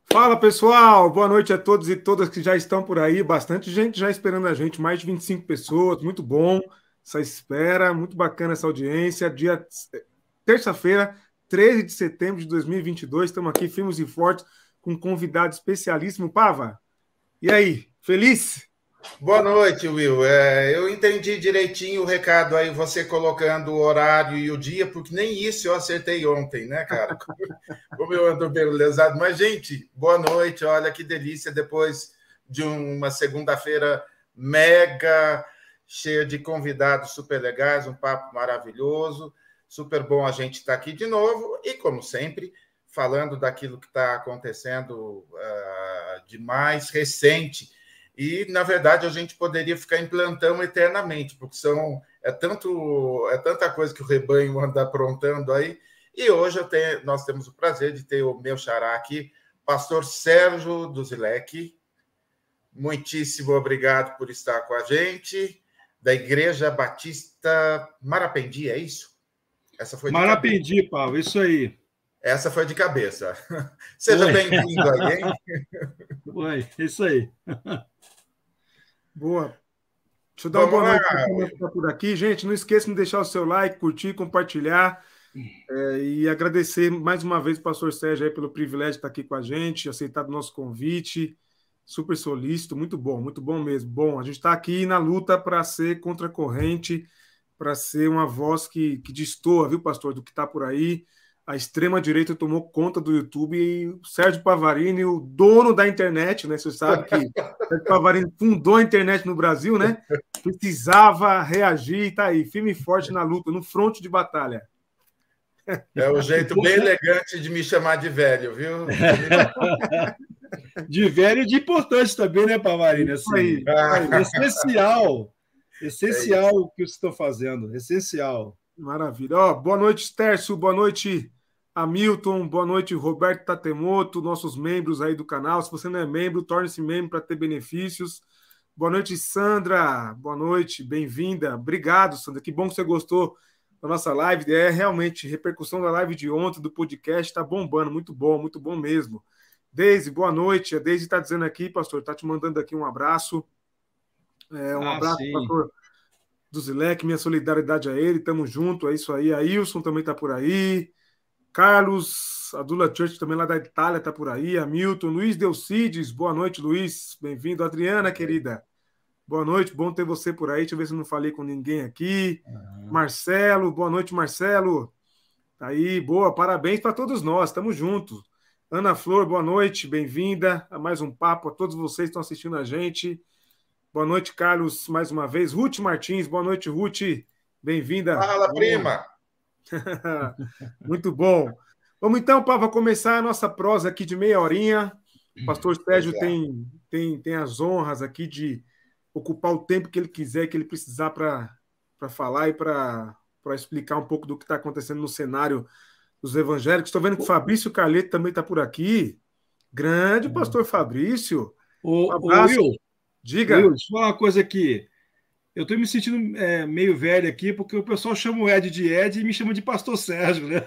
Fala pessoal, boa noite a todos e todas que já estão por aí. Bastante gente já esperando a gente, mais de 25 pessoas, muito bom essa espera, muito bacana essa audiência. Dia terça-feira, 13 de setembro de 2022, estamos aqui firmes e fortes com um convidado especialíssimo. Pava, e aí, feliz? Boa noite, Will. Eu entendi direitinho o recado aí, você colocando o horário e o dia, porque nem isso eu acertei ontem, né, cara? Como eu ando bem lesado. Mas, gente, boa noite. Olha que delícia depois de uma segunda-feira mega cheia de convidados super legais, um papo maravilhoso. Super bom a gente estar aqui de novo e, como sempre, falando daquilo que está acontecendo de mais recente. E, na verdade, a gente poderia ficar em plantão eternamente, porque é tanta coisa que o rebanho anda aprontando aí. E hoje nós temos o prazer de ter o meu xará aqui, pastor Sérgio Duzilek. Muitíssimo obrigado por estar com a gente, da Igreja Batista Marapendi, é isso? Essa foi de Marapendi, cabeça. Paulo, isso aí. Essa foi de cabeça. Seja bem-vindo aí, hein? Oi, isso aí. Boa. Deixa eu dar uma boa noite para quem está por aqui. Gente, não esqueça de deixar o seu like, curtir, compartilhar e agradecer mais uma vez o pastor Sérgio aí pelo privilégio de estar aqui com a gente, aceitado o nosso convite. Super solícito, muito bom mesmo. Bom, a gente está aqui na luta para ser contracorrente, para ser uma voz que destoa, viu, pastor, do que está por aí. A extrema-direita tomou conta do YouTube e o Sérgio Pavarini, o dono da internet, né? Você sabe que o Sérgio Pavarini fundou a internet no Brasil, né? Precisava reagir e tá aí, firme e forte na luta, no fronte de batalha. É o jeito bem elegante de me chamar de velho, viu? De velho e de importante também, né, Pavarini? Assim, essencial o que vocês estão fazendo, essencial. Maravilha. Ó, boa noite, Tércio, boa noite, Hamilton, boa noite, Roberto Tatemoto, nossos membros aí do canal. Se você não é membro, torne-se membro para ter benefícios. Boa noite, Sandra. Boa noite, bem-vinda. Obrigado, Sandra. Que bom que você gostou da nossa live. É realmente repercussão da live de ontem, do podcast, está bombando. Muito bom mesmo. Deise, boa noite. A Deise está dizendo aqui, pastor, está te mandando aqui um abraço. Um abraço, sim. pastor Duzilek, minha solidariedade a ele. Tamo junto, é isso aí. A Ilson também está por aí. Carlos, a Dula Church também lá da Itália está por aí. Hamilton, Luiz Delcides, boa noite, Luiz. Bem-vindo. Adriana, querida. Boa noite, bom ter você por aí. Deixa eu ver se eu não falei com ninguém aqui. Marcelo, boa noite, Marcelo. Tá aí, boa, parabéns para todos nós, estamos juntos. Ana Flor, boa noite, bem-vinda a mais um papo, a todos vocês que estão assistindo a gente. Boa noite, Carlos, mais uma vez. Ruth Martins, boa noite, Ruth, bem-vinda. Fala, prima. Muito bom. Vamos então, para começar a nossa prosa aqui de meia horinha. O pastor Sérgio tem as honras aqui de ocupar o tempo que ele quiser, que ele precisar para falar e para explicar um pouco do que está acontecendo no cenário dos evangélicos. Estou vendo que o Fabrício Carleto também está por aqui. Grande pastor Fabrício. Um abraço. Will, diga. Will, deixa eu falar uma coisa aqui. Eu estou me sentindo meio velho aqui, porque o pessoal chama o Ed de Ed e me chama de pastor Sérgio, né?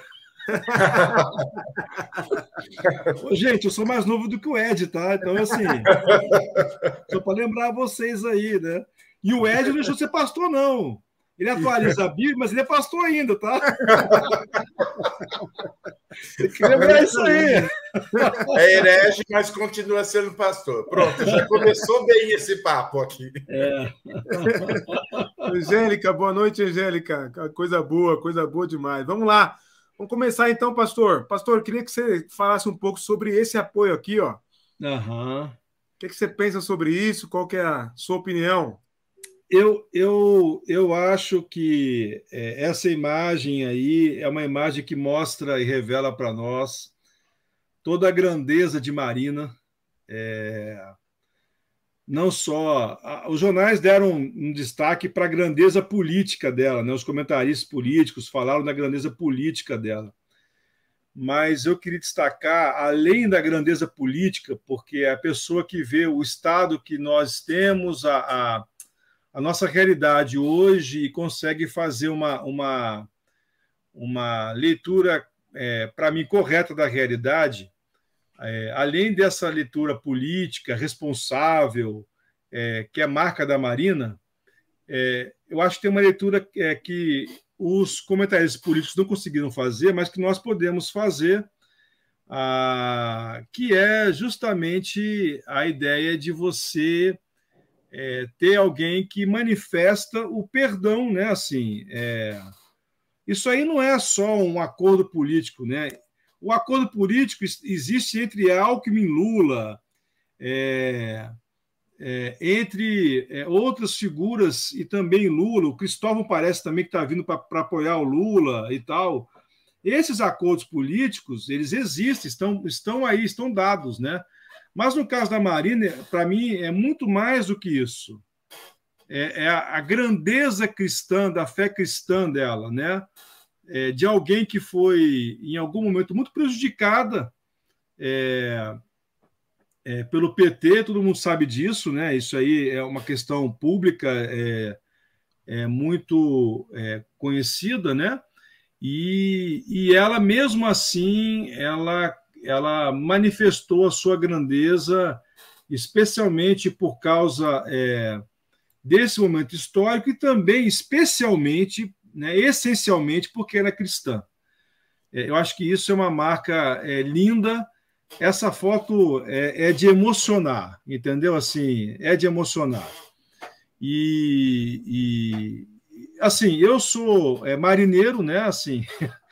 Gente, eu sou mais novo do que o Ed, tá? Então, assim, só para lembrar vocês aí, né? E o Ed não deixou de ser pastor, não. Ele atualiza a Bíblia, mas ele é pastor ainda, tá? Tem que lembrar isso aí. É herege, mas continua sendo pastor. Pronto, já começou bem esse papo aqui. Angélica, boa noite, Angélica. Coisa boa demais. Vamos lá. Vamos começar então, pastor. Pastor, eu queria que você falasse um pouco sobre esse apoio aqui, ó. Uhum. O que você pensa sobre isso? Qual que é a sua opinião? Eu acho que essa imagem aí é uma imagem que mostra e revela para nós toda a grandeza de Marina. Não só... Os jornais deram um destaque para a grandeza política dela, né? Os comentaristas políticos falaram da grandeza política dela. Mas eu queria destacar, além da grandeza política, porque é a pessoa que vê o estado que nós temos, a nossa realidade hoje, e consegue fazer uma leitura, para mim, correta da realidade. além dessa leitura política responsável, que é marca da Marina, eu acho que tem uma leitura que os comentaristas políticos não conseguiram fazer, mas que nós podemos fazer, que é justamente a ideia de você ter alguém que manifesta o perdão, né? Assim, isso aí não é só um acordo político, né? O acordo político existe entre Alckmin e Lula, entre outras figuras e também Lula. O Cristóvão parece também que está vindo para apoiar o Lula e tal. Esses acordos políticos, eles existem, estão aí, estão dados, né? Mas no caso da Marina, para mim, é muito mais do que isso. É a grandeza cristã, da fé cristã dela, né? De alguém que foi, em algum momento, muito prejudicada pelo PT, todo mundo sabe disso, né? Isso aí é uma questão pública muito conhecida, né? E ela, mesmo assim, ela manifestou a sua grandeza, especialmente por causa desse momento histórico e também, especialmente, né, essencialmente, porque era cristã. Eu acho que isso é uma marca linda. Essa foto é de emocionar, entendeu? Assim, é de emocionar. E assim, eu sou marineiro, né? Assim,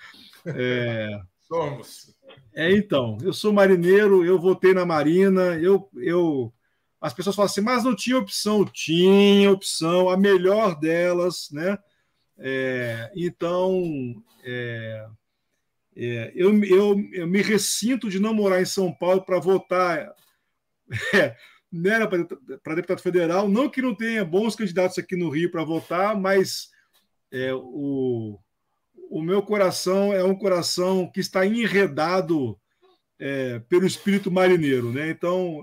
Somos. Então, eu sou marineiro, eu votei na Marina, as pessoas falam assim, mas não tinha opção. Tinha opção, a melhor delas, né? Então, eu me ressinto de não morar em São Paulo para votar não era para deputado federal, não que não tenha bons candidatos aqui no Rio para votar, mas o meu coração é um coração que está enredado pelo espírito marineiro, né? Então,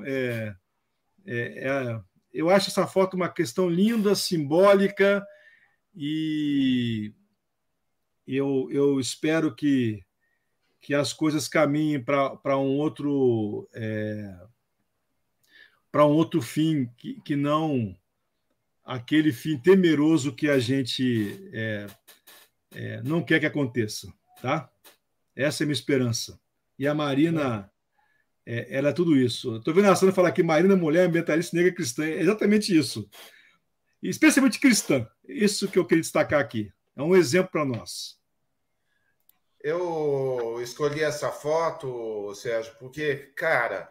eu acho essa foto uma questão linda, simbólica, e eu espero que as coisas caminhem para um outro fim que não aquele fim temeroso que a gente não quer que aconteça, tá? Essa é a minha esperança. E a Marina, ela é tudo isso. Estou vendo a Sandra falar que Marina, mulher, ambientalista negra cristã. É exatamente isso. E especialmente cristã. Isso que eu queria destacar aqui. É um exemplo para nós. Eu escolhi essa foto, Sérgio, porque, cara,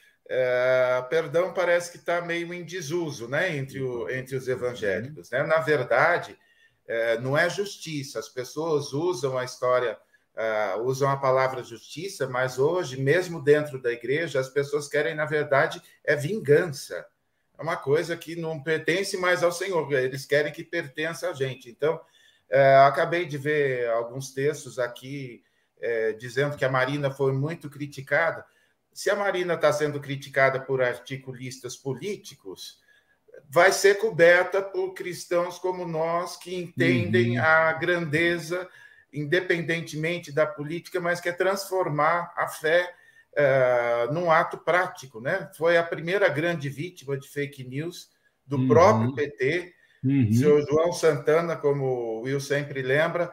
perdão parece que está meio em desuso, né, entre os evangélicos, né? Na verdade, não é justiça. As pessoas usam a história, usam a palavra justiça, mas hoje, mesmo dentro da igreja, as pessoas querem, na verdade, vingança. É uma coisa que não pertence mais ao Senhor, eles querem que pertença a gente. Então, acabei de ver alguns textos aqui dizendo que a Marina foi muito criticada. Se a Marina está sendo criticada por articulistas políticos, vai ser coberta por cristãos como nós, que entendem a grandeza, independentemente da política, mas quer transformar a fé num ato prático, né? Foi a primeira grande vítima de fake news do próprio PT. O senhor João Santana, como o Will sempre lembra,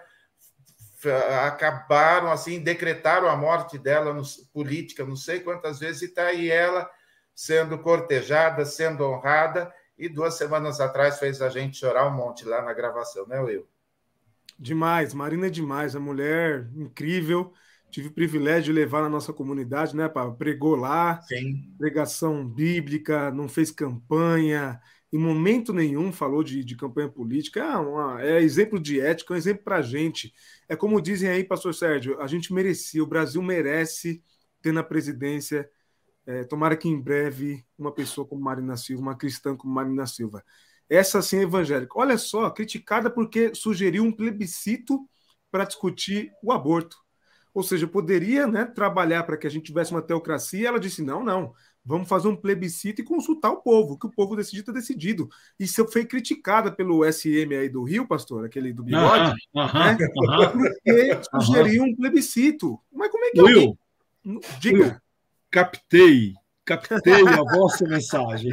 acabaram assim, decretaram a morte dela política, não sei quantas vezes, e está aí ela sendo cortejada, sendo honrada, e 2 semanas atrás fez a gente chorar um monte lá na gravação, né, Will? Demais, Marina é demais, a mulher incrível. Tive o privilégio de levar na nossa comunidade, né, Pablo? Pregou lá, sim, pregação bíblica, não fez campanha, em momento nenhum falou de campanha política. É exemplo de ética, é um exemplo para a gente. É como dizem aí, pastor Sérgio, a gente merecia, o Brasil merece ter na presidência, tomara que em breve, uma pessoa como Marina Silva, uma cristã como Marina Silva. Essa sim é evangélica. Olha só, criticada porque sugeriu um plebiscito para discutir o aborto. Ou seja, poderia, né, trabalhar para que a gente tivesse uma teocracia. Ela disse, não, vamos fazer um plebiscito e consultar o povo, que o povo decidir está decidido. Isso foi criticada pelo SM aí do Rio, pastor, aquele do bigode, né? Porque sugeriu um plebiscito. Mas como é que Will, Diga. captei a vossa mensagem.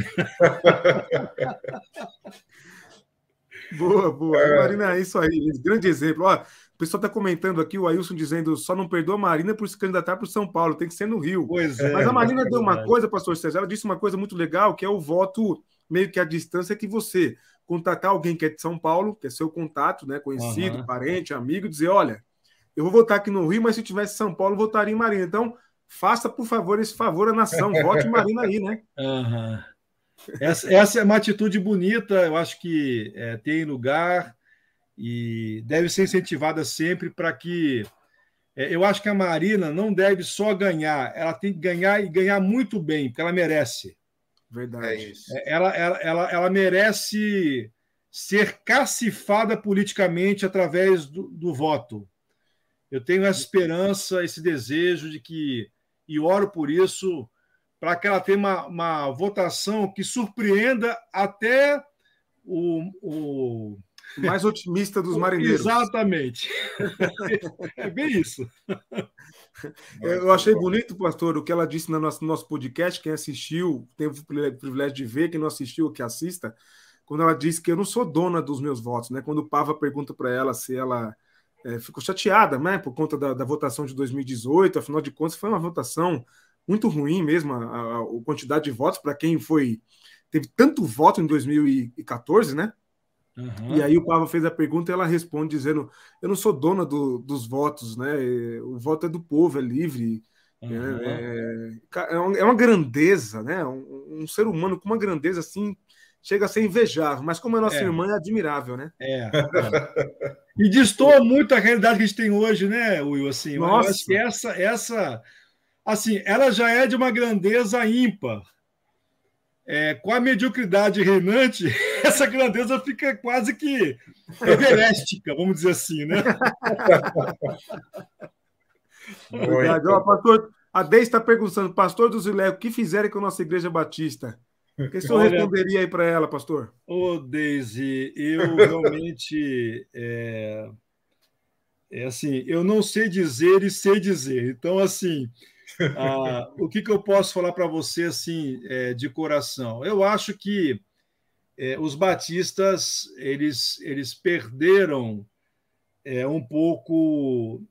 Boa, boa. Marina, é isso aí. Grande exemplo. Ó, o pessoal está comentando aqui, o Ailson dizendo só não perdoa a Marina por se candidatar para o São Paulo, tem que ser no Rio. Pois é. Mas a Marina deu uma coisa, pastor César, ela disse uma coisa muito legal, que é o voto meio que à distância, que você contatar alguém que é de São Paulo, que é seu contato, né, conhecido, parente, amigo, dizer, olha, eu vou votar aqui no Rio, mas se tivesse São Paulo, votaria em Marina. Então, faça, por favor, esse favor à nação, vote em Marina aí, né? Essa é uma atitude bonita, eu acho que tem lugar e deve ser incentivada sempre para que... eu acho que a Marina não deve só ganhar, ela tem que ganhar e ganhar muito bem, porque ela merece. Verdade. É isso. Ela merece ser cacifada politicamente através do voto. Eu tenho essa esperança, esse desejo de que, e oro por isso, para que ela tenha uma votação que surpreenda até o mais otimista dos marinheiros. Exatamente. É bem isso. Eu achei bonito, pastor, o que ela disse no nosso podcast. Quem assistiu, teve o privilégio de ver, quem não assistiu, que assista, quando ela disse que eu não sou dona dos meus votos, né? Quando o Pava pergunta para ela se ela ficou chateada, né, por conta da votação de 2018, afinal de contas foi uma votação muito ruim mesmo, a quantidade de votos para quem teve tanto voto em 2014, né? E aí o Pava fez a pergunta e ela responde dizendo, eu não sou dona dos votos, né? O voto é do povo, é livre. É uma grandeza, né? Um ser humano com uma grandeza assim chega a ser invejável, mas como é nossa irmã, é admirável, né? E destoa muito a realidade que a gente tem hoje, né, Will? Assim, eu acho que essa assim, ela já é de uma grandeza ímpar. Com a mediocridade reinante, essa grandeza fica quase que everéstica, vamos dizer assim, né? Verdade. Ó, pastor, a Deise está perguntando, pastor do Ziléu, o que fizeram com a nossa igreja batista? O que o senhor responderia aí para ela, pastor? Deise, eu realmente assim, eu não sei dizer e sei dizer. Então, assim, o que eu posso falar para você assim, de coração? Eu acho que os batistas eles perderam um pouco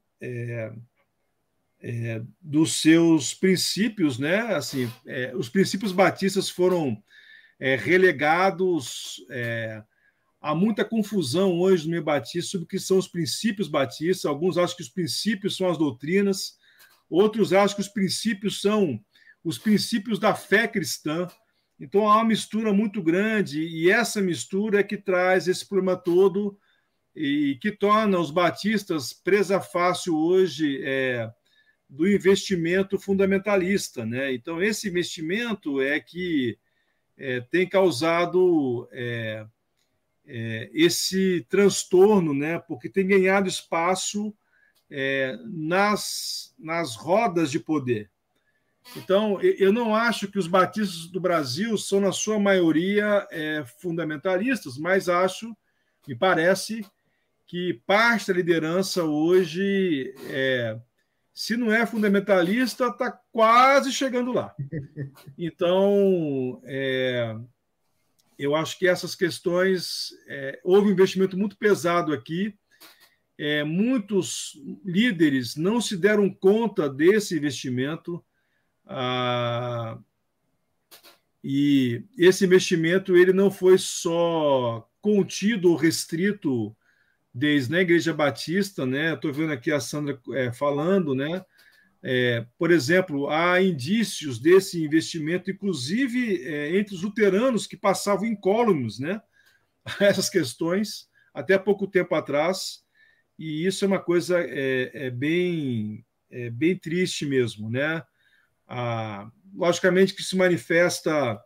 dos seus princípios, né? Assim, os princípios batistas foram relegados. Há muita confusão hoje no meio batista sobre o que são os princípios batistas. Alguns acham que os princípios são as doutrinas, outros acham que os princípios são os princípios da fé cristã. Então há uma mistura muito grande, e essa mistura é que traz esse problema todo e que torna os batistas presa fácil hoje do investimento fundamentalista, né? Então esse investimento é que tem causado esse transtorno, né? Porque tem ganhado espaço nas rodas de poder. Então, eu não acho que os batistas do Brasil são, na sua maioria, fundamentalistas, mas me parece que parte da liderança hoje, se não é fundamentalista, está quase chegando lá. Então, eu acho que essas questões, houve um investimento muito pesado aqui, muitos líderes não se deram conta desse investimento, e esse investimento ele não foi só contido ou restrito desde a Igreja Batista, né? Estou vendo aqui a Sandra falando, né? Por exemplo, há indícios desse investimento, inclusive entre os luteranos que passavam incólumes, né? Essas questões até pouco tempo atrás, e isso é uma coisa bem triste mesmo, né? Logicamente que se manifesta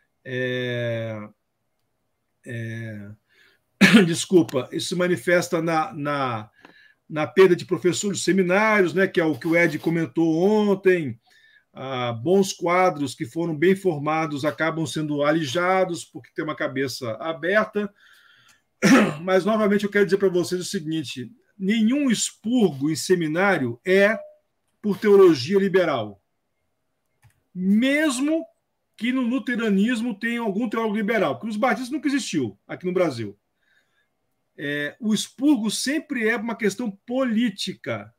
desculpa, isso se manifesta na perda de professores de seminários, né, que é o que o Ed comentou ontem. Bons quadros que foram bem formados acabam sendo alijados porque tem uma cabeça aberta. Mas, novamente, eu quero dizer para vocês o seguinte: nenhum expurgo em seminário é por teologia liberal. mesmo que no luteranismo tenha algum teólogo liberal, porque os batistas nunca existiu aqui no Brasil. O expurgo sempre é uma questão política,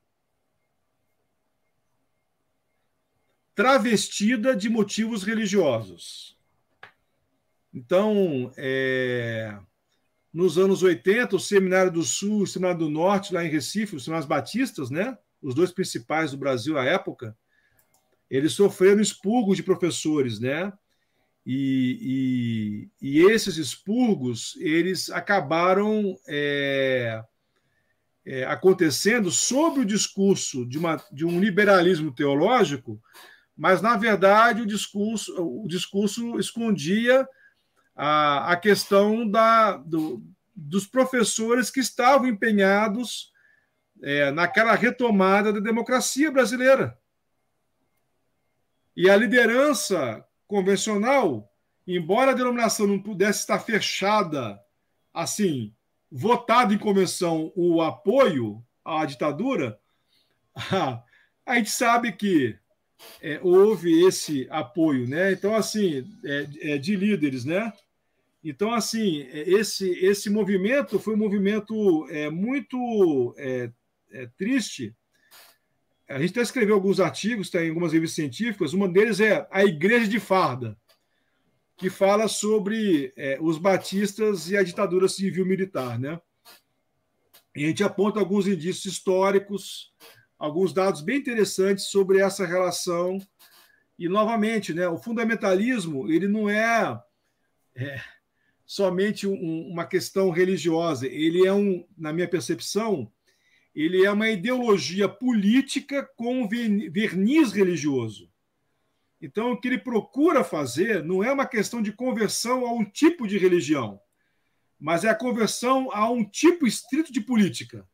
travestida de motivos religiosos. Então, nos anos 80, o Seminário do Sul e o Seminário do Norte, lá em Recife, os seminários batistas, né, os dois principais do Brasil à época, eles sofreram expurgos de professores, né? E esses expurgos, eles acabaram acontecendo sob o discurso de um liberalismo teológico, mas, na verdade, o discurso escondia a questão dos professores que estavam empenhados naquela retomada da democracia brasileira. E a liderança convencional, embora a denominação não pudesse estar fechada, assim, votado em convenção o apoio à ditadura, a gente sabe que houve esse apoio, né? Então, assim, de líderes, né? Então, assim, esse movimento foi um movimento muito triste. A gente até escreveu alguns artigos, tem algumas revistas científicas, uma deles é A Igreja de Farda, que fala sobre os batistas e a ditadura civil-militar, né? E a gente aponta alguns indícios históricos, alguns dados bem interessantes sobre essa relação. E, novamente, né, o fundamentalismo ele não é somente uma questão religiosa, ele na minha percepção, ele é uma ideologia política com verniz religioso. Então, o que ele procura fazer não é uma questão de conversão a um tipo de religião, mas é a conversão a um tipo estrito de política.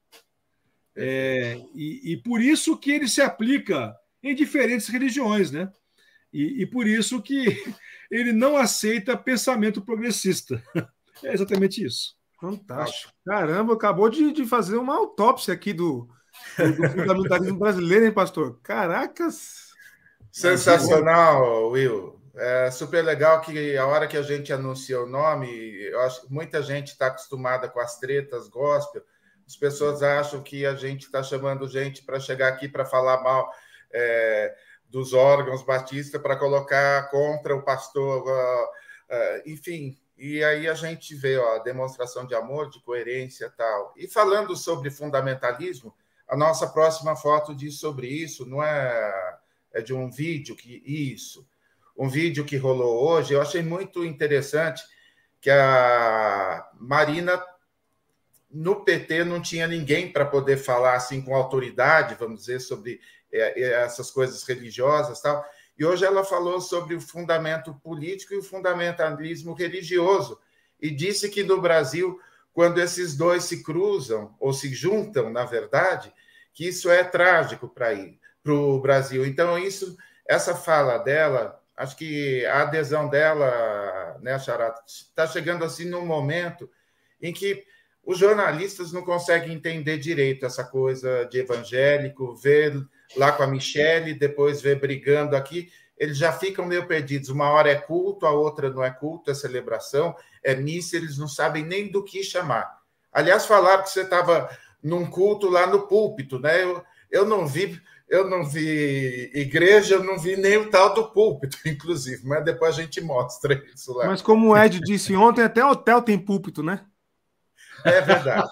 E por isso que ele se aplica em diferentes religiões, né? E por isso que ele não aceita pensamento progressista. É exatamente isso. Fantástico. Caramba, acabou de fazer uma autópsia aqui do fundamentalismo brasileiro, hein, pastor? Caracas! Sensacional, Will. É super legal que a hora que a gente anuncia o nome, eu acho que muita gente está acostumada com as tretas gospel, as pessoas acham que a gente está chamando gente para chegar aqui para falar mal dos órgãos batistas, para colocar contra o pastor, enfim. E aí a gente vê a demonstração de amor, de coerência e tal. E falando sobre fundamentalismo, a nossa próxima foto diz sobre isso, não é de um vídeo um vídeo que rolou hoje. Eu achei muito interessante que a Marina, no PT, não tinha ninguém para poder falar assim com autoridade, vamos dizer, sobre essas coisas religiosas e tal. E hoje ela falou sobre o fundamento político e o fundamentalismo religioso. E disse que no Brasil, quando esses dois se cruzam, ou se juntam, na verdade, que isso é trágico para o Brasil. Então, essa fala dela, acho que a adesão dela, né, Charata, está chegando assim num momento em que os jornalistas não conseguem entender direito essa coisa de evangélico, ver lá com a Michele, depois ver brigando aqui, eles já ficam meio perdidos. Uma hora é culto, a outra não é culto, é celebração, é missa, eles não sabem nem do que chamar. Aliás, falaram que você estava num culto lá no púlpito, né? Eu não vi igreja, eu não vi nem o tal do púlpito, inclusive, mas depois a gente mostra isso lá. Mas como o Ed disse ontem, até hotel tem púlpito, né? É verdade.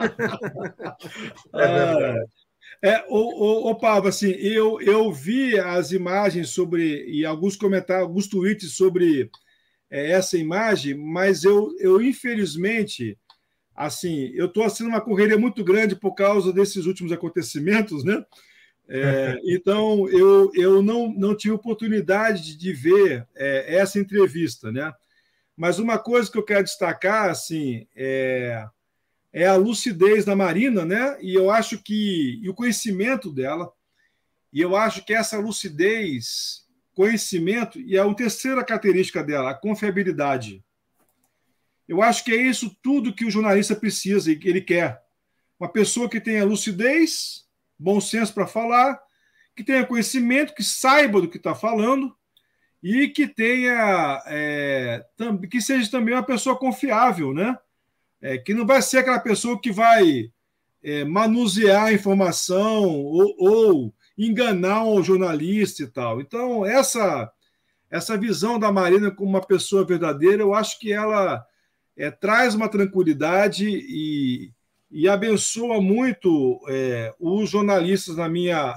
É verdade. Pablo, assim, eu vi as imagens e alguns comentários, alguns tweets sobre essa imagem, mas eu infelizmente, assim, eu estou assim, numa correria muito grande por causa desses últimos acontecimentos, né? Então, eu não tive oportunidade de ver essa entrevista, né? Mas uma coisa que eu quero destacar, assim, é a lucidez da Marina, né? E eu acho que o conhecimento dela, e eu acho que essa lucidez, conhecimento, e a terceira característica dela, a confiabilidade. Eu acho que é isso tudo que o jornalista precisa e que ele quer. Uma pessoa que tenha lucidez, bom senso para falar, que tenha conhecimento, que saiba do que está falando e que tenha que seja também uma pessoa confiável, né? Que não vai ser aquela pessoa que vai manusear a informação ou enganar um jornalista e tal. Então, essa visão da Marina como uma pessoa verdadeira, eu acho que ela traz uma tranquilidade e abençoa muito os jornalistas na minha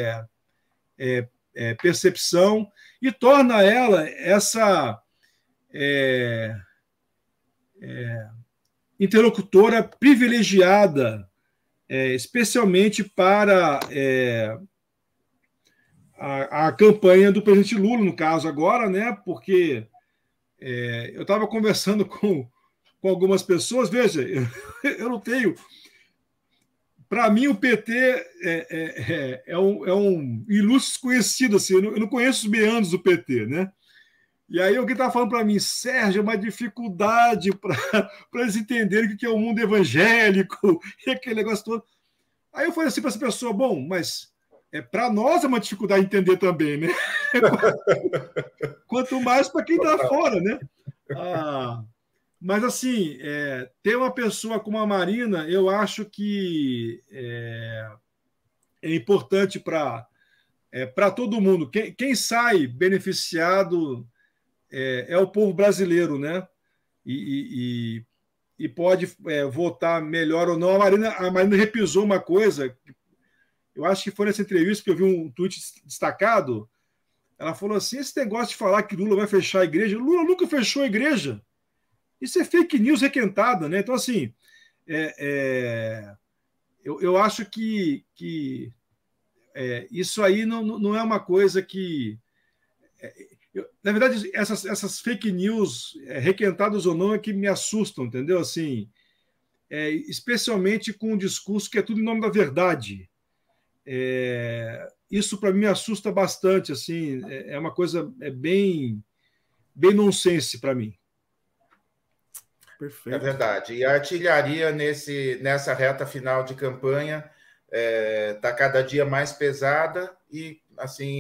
percepção e torna ela essa interlocutora privilegiada, especialmente para a campanha do presidente Lula, no caso agora, né? Porque eu estava conversando com algumas pessoas, veja, eu não tenho. Para mim, o PT é um ilustre desconhecido, assim, eu não conheço os meandros do PT, né? E aí alguém estava falando para mim, Sérgio, é uma dificuldade para eles entenderem o que é o mundo evangélico e aquele negócio todo. Aí eu falei assim para essa pessoa, bom, mas para nós é uma dificuldade entender também, né? Quanto mais para quem está fora, né? Mas, assim, ter uma pessoa como a Marina, eu acho que é importante para todo mundo. Quem sai beneficiado é o povo brasileiro, né? E pode votar melhor ou não. A Marina repisou uma coisa, eu acho que foi nessa entrevista que eu vi um tweet destacado. Ela falou assim: esse negócio de falar que Lula vai fechar a igreja, Lula nunca fechou a igreja. Isso é fake news requentada, né? Então, assim, eu acho que isso aí não é uma coisa que... na verdade, essas fake news, requentadas ou não, é que me assustam, entendeu? Assim, especialmente com um discurso que é tudo em nome da verdade. Isso, para mim, me assusta bastante. Assim, é uma coisa bem nonsense para mim. Perfeito. É verdade. E a artilharia nessa reta final de campanha está cada dia mais pesada e, assim,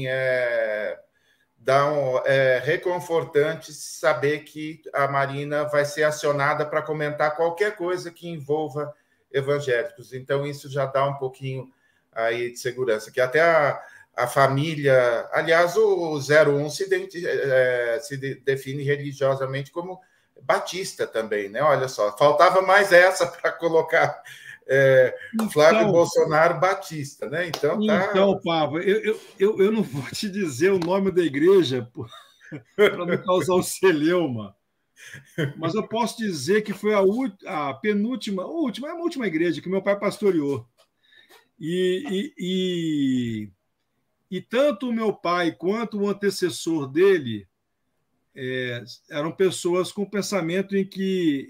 reconfortante saber que a Marina vai ser acionada para comentar qualquer coisa que envolva evangélicos. Então, isso já dá um pouquinho aí de segurança. Que até a família... Aliás, o 01 se define religiosamente como batista também, né? Olha só, faltava mais essa para colocar Flávio Bolsonaro batista, né? Então, Pablo, eu não vou te dizer o nome da igreja para não causar o celeuma, mas eu posso dizer que foi a última igreja que meu pai pastoreou. E tanto o meu pai quanto o antecessor dele eram pessoas com pensamento em que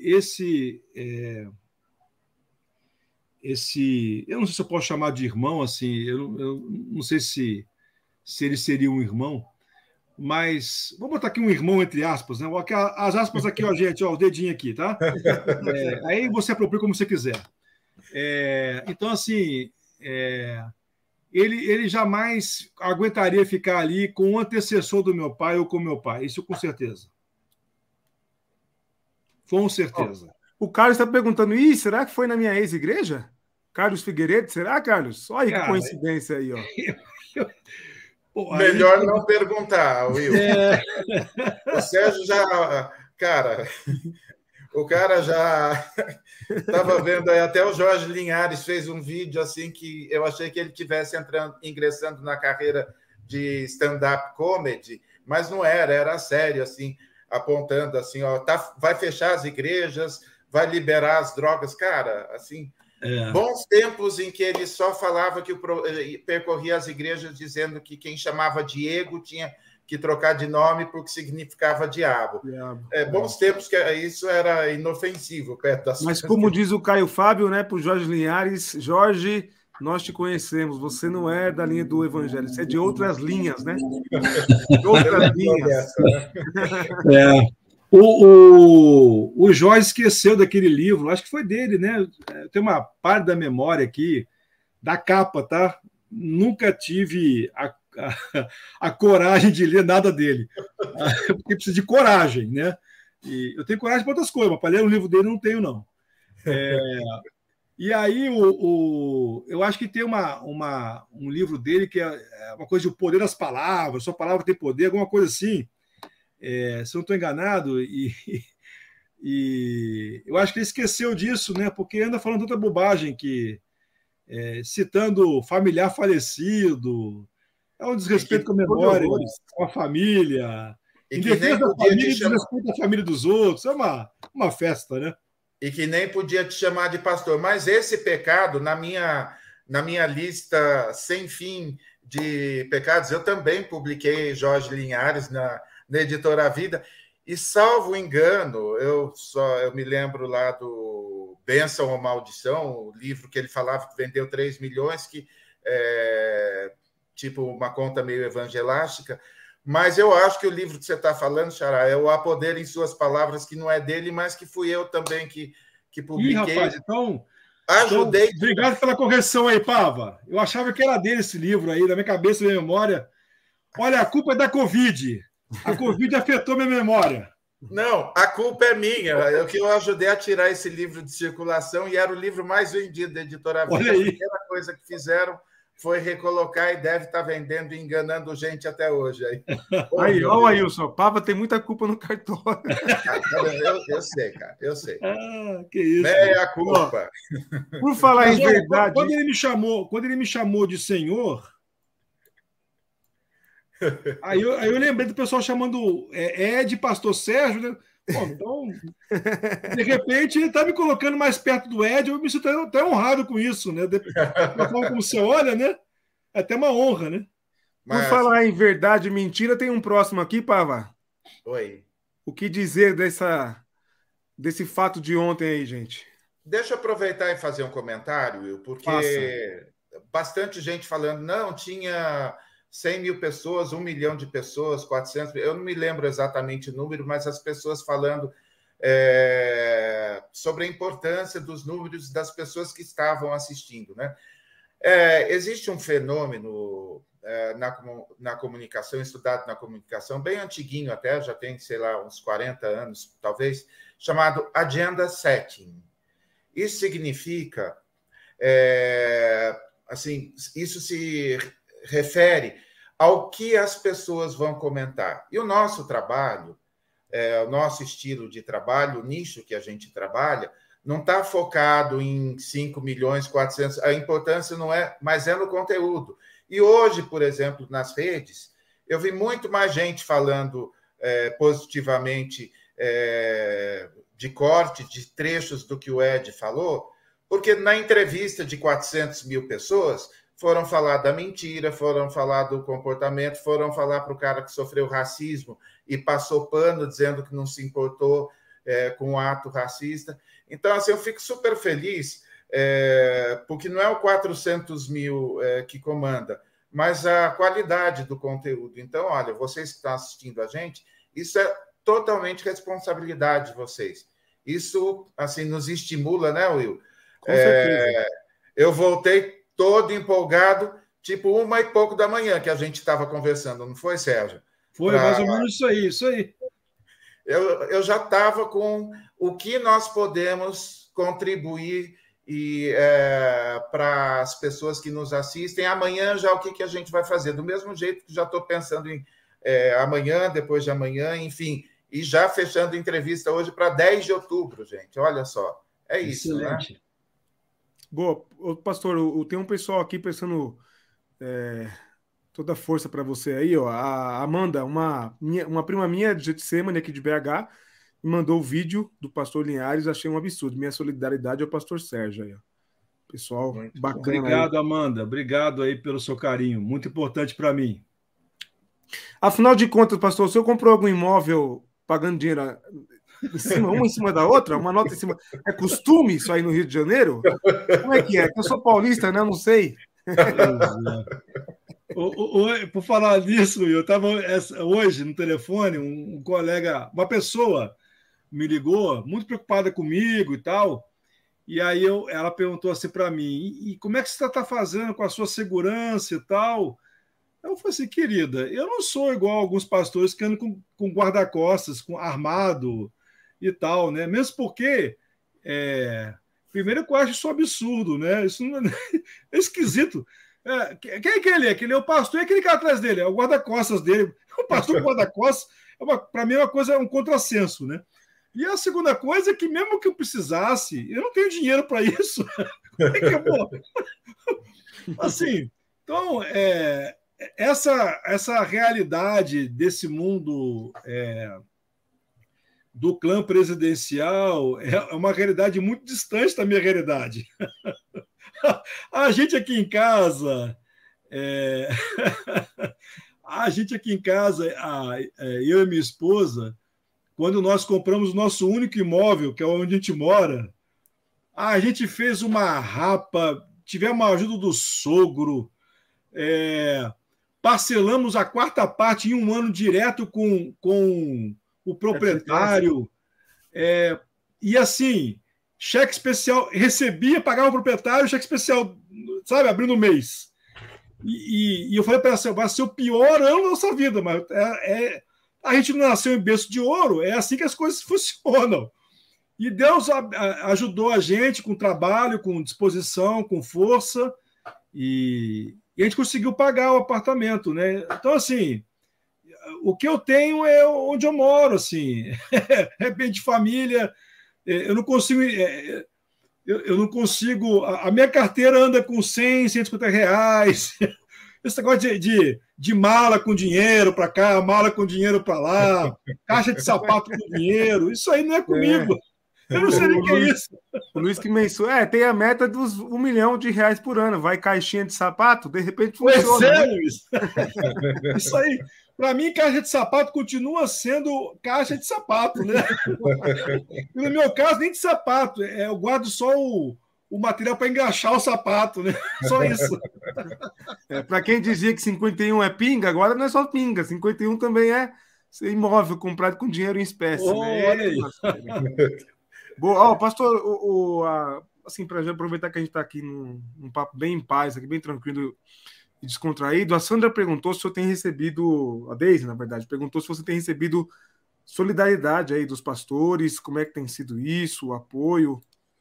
eu não sei se eu posso chamar de irmão, assim, eu não sei se ele seria um irmão, mas vou botar aqui um irmão entre aspas, né? As aspas aqui, ó, gente, ó, o dedinho aqui, tá? Aí você apropria como você quiser. Então, assim, ele jamais aguentaria ficar ali com o antecessor do meu pai ou com o meu pai. Isso com certeza. Com certeza. O Carlos está perguntando, será que foi na minha ex-igreja? Carlos Figueiredo, será, Carlos? Olha que coincidência aí, ó. Melhor não perguntar, Will. O Sérgio já... Cara... O cara já estava vendo aí, até o Jorge Linhares fez um vídeo assim que eu achei que ele estivesse ingressando na carreira de stand-up comedy, mas não era sério, assim, apontando assim, ó, vai fechar as igrejas, vai liberar as drogas, cara, assim, bons tempos em que ele só falava que percorria as igrejas dizendo que quem chamava Diego tinha que trocar de nome porque significava diabo. Bons tempos que isso era inofensivo perto das Mas como diz o Caio Fábio, né, para o Jorge Linhares, Jorge, nós te conhecemos, você não é da linha do evangelho, você é de outras linhas, né? De outras linhas. O Jorge esqueceu daquele livro, acho que foi dele, né? Tem uma parte da memória aqui, da capa, tá? Nunca tive a coragem de ler nada dele. Porque precisa de coragem, né? E eu tenho coragem para outras coisas, mas para ler um livro dele não tenho, não. E aí eu acho que tem um livro dele que é uma coisa de o poder das palavras, sua palavra tem poder, alguma coisa assim. Se eu não estou enganado, e eu acho que ele esqueceu disso, né? Porque anda falando tanta bobagem que citando familiar falecido, é um desrespeito com a memória, com a família, em defesa da família e desrespeito à família dos outros. É uma festa, né? E que nem podia te chamar de pastor. Mas esse pecado, na minha lista sem fim de pecados, eu também publiquei Jorge Linhares na editora Vida, e salvo engano, eu me lembro lá do Bênção ou Maldição, o livro que ele falava que vendeu 3 milhões, que tipo uma conta meio evangelástica, mas eu acho que o livro que você está falando, Xará, é o Há Poder em Suas Palavras, que não é dele, mas que fui eu também que publiquei. Rapaz, então ajudei. Obrigado pela correção aí, Pava. Eu achava que era dele esse livro aí, na minha cabeça, na minha memória. Olha, a culpa é da Covid. A Covid afetou minha memória. Não, a culpa é minha. Eu ajudei a tirar esse livro de circulação e era o livro mais vendido da editora Vida. Olha aí. A primeira coisa que fizeram foi recolocar e deve estar vendendo e enganando gente até hoje. Aí, ó, Ailson, Pava tem muita culpa no cartório. Eu sei, cara, eu sei. Que isso. Meia culpa. Por falar em verdade... Quando ele me chamou de senhor... Aí eu lembrei do pessoal chamando Ed, Pastor Sérgio, né? Pô, então, de repente, ele está me colocando mais perto do Ed, eu me sinto até honrado com isso, né? Da forma como você olha, né? É até uma honra, né? Por falar em verdade e mentira, tem um próximo aqui, Pava. Oi. O que dizer desse fato de ontem aí, gente? Deixa eu aproveitar e fazer um comentário, Will, porque bastante gente falando, não, tinha 100 mil pessoas, 1 milhão de pessoas, 400 mil, eu não me lembro exatamente o número, mas as pessoas falando sobre a importância dos números das pessoas que estavam assistindo, né? Existe um fenômeno na comunicação, estudado na comunicação, bem antiguinho até, já tem, sei lá, uns 40 anos, talvez, chamado agenda setting. Isso significa, assim, isso se refere ao que as pessoas vão comentar. E o nosso trabalho, o nosso estilo de trabalho, o nicho que a gente trabalha, não está focado em 5 milhões, 400... A importância não é, mas é no conteúdo. E hoje, por exemplo, nas redes, eu vi muito mais gente falando positivamente de corte, de trechos do que o Ed falou, porque na entrevista de 400 mil pessoas, foram falar da mentira, foram falar do comportamento, foram falar para o cara que sofreu racismo e passou pano dizendo que não se importou com o ato racista. Então, assim, eu fico super feliz, porque não é o 400 mil que comanda, mas a qualidade do conteúdo. Então, olha, vocês que estão assistindo a gente, isso é totalmente responsabilidade de vocês. Isso, assim, nos estimula, né, Will? Com certeza. Eu voltei todo empolgado, tipo 1h pouco da manhã que a gente estava conversando, não foi, Sérgio? Foi mais ou menos isso aí. Eu já estava com o que nós podemos contribuir para as pessoas que nos assistem. Amanhã já o que a gente vai fazer? Do mesmo jeito que já estou pensando em amanhã, depois de amanhã, enfim, e já fechando entrevista hoje para 10 de outubro, gente. Olha só, é isso, excelente, né? Boa, pastor, tem um pessoal aqui pensando toda a força para você aí, ó. A Amanda, uma prima minha de Getsemane, aqui de BH, me mandou o vídeo do pastor Linhares, achei um absurdo. Minha solidariedade ao pastor Sérgio aí, ó. Pessoal, muito bacana. Obrigado, aí. Amanda. Obrigado aí pelo seu carinho. Muito importante para mim. Afinal de contas, pastor, o senhor comprou algum imóvel pagando dinheiro uma em cima da outra? Uma nota em cima. É costume isso aí no Rio de Janeiro? Como é que é? Eu sou paulista, né? Não sei. Por falar nisso, eu estava hoje no telefone, um colega, uma pessoa me ligou, muito preocupada comigo e tal, e aí ela perguntou assim para mim, e como é que você está fazendo com a sua segurança e tal? Eu falei assim, querida, eu não sou igual a alguns pastores que andam com guarda-costas, com armado e tal, né? Mesmo porque, primeiro que eu acho isso um absurdo, né? Isso não é esquisito. Quem é que ele é? Que ele é o pastor e aquele cara atrás dele, é o guarda-costas dele. O pastor com guarda-costas, para mim, é uma coisa, é um contrassenso, né? E a segunda coisa é que, mesmo que eu precisasse, eu não tenho dinheiro para isso. Como é que eu vou? Assim, então, essa realidade desse mundo do clã presidencial é uma realidade muito distante da minha realidade. A gente aqui em casa, eu e minha esposa, quando nós compramos o nosso único imóvel, que é onde a gente mora, a gente fez uma rapa, tivemos a ajuda do sogro, parcelamos a quarta parte em um ano direto com o proprietário. E assim, cheque especial, recebia, pagava o proprietário, cheque especial, sabe, abrindo o mês. E eu falei para ela, vai ser o pior ano da nossa vida, mas a gente não nasceu em berço de ouro, é assim que as coisas funcionam. E Deus ajudou a gente com trabalho, com disposição, com força, e a gente conseguiu pagar o apartamento, né? Então, assim, o que eu tenho é onde eu moro, assim, é bem de família, eu não consigo... Eu não consigo... A minha carteira anda com 100, 150 reais. Esse negócio de mala com dinheiro para cá, mala com dinheiro para lá, caixa de sapato com dinheiro, isso aí não é comigo. Eu não sei nem o que é isso. O Luiz que mencionou, tem a meta dos R$1 milhão por ano. Vai caixinha de sapato, de repente funciona. Pois Luiz. Isso aí. Para mim, caixa de sapato continua sendo caixa de sapato, né? E no meu caso, nem de sapato. Eu guardo só o material para engraxar o sapato, né? Só isso. Para quem dizia que 51 é pinga, agora não é só pinga. 51 também é imóvel comprado com dinheiro em espécie. Né? Olha aí. Boa, pastor, assim, para aproveitar que a gente está aqui num papo bem em paz, aqui, bem tranquilo e descontraído, a Sandra perguntou se eu tenho recebido, a Deise, na verdade, perguntou se você tem recebido solidariedade aí dos pastores, como é que tem sido isso, o apoio.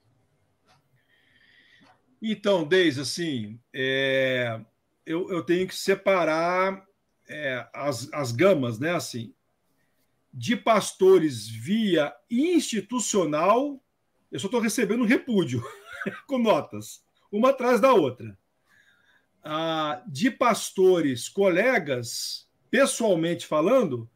Então, Deise, assim, eu tenho que separar as gamas, né, assim, de pastores via institucional, eu só estou recebendo repúdio, com notas, uma atrás da outra. De pastores, colegas, pessoalmente falando,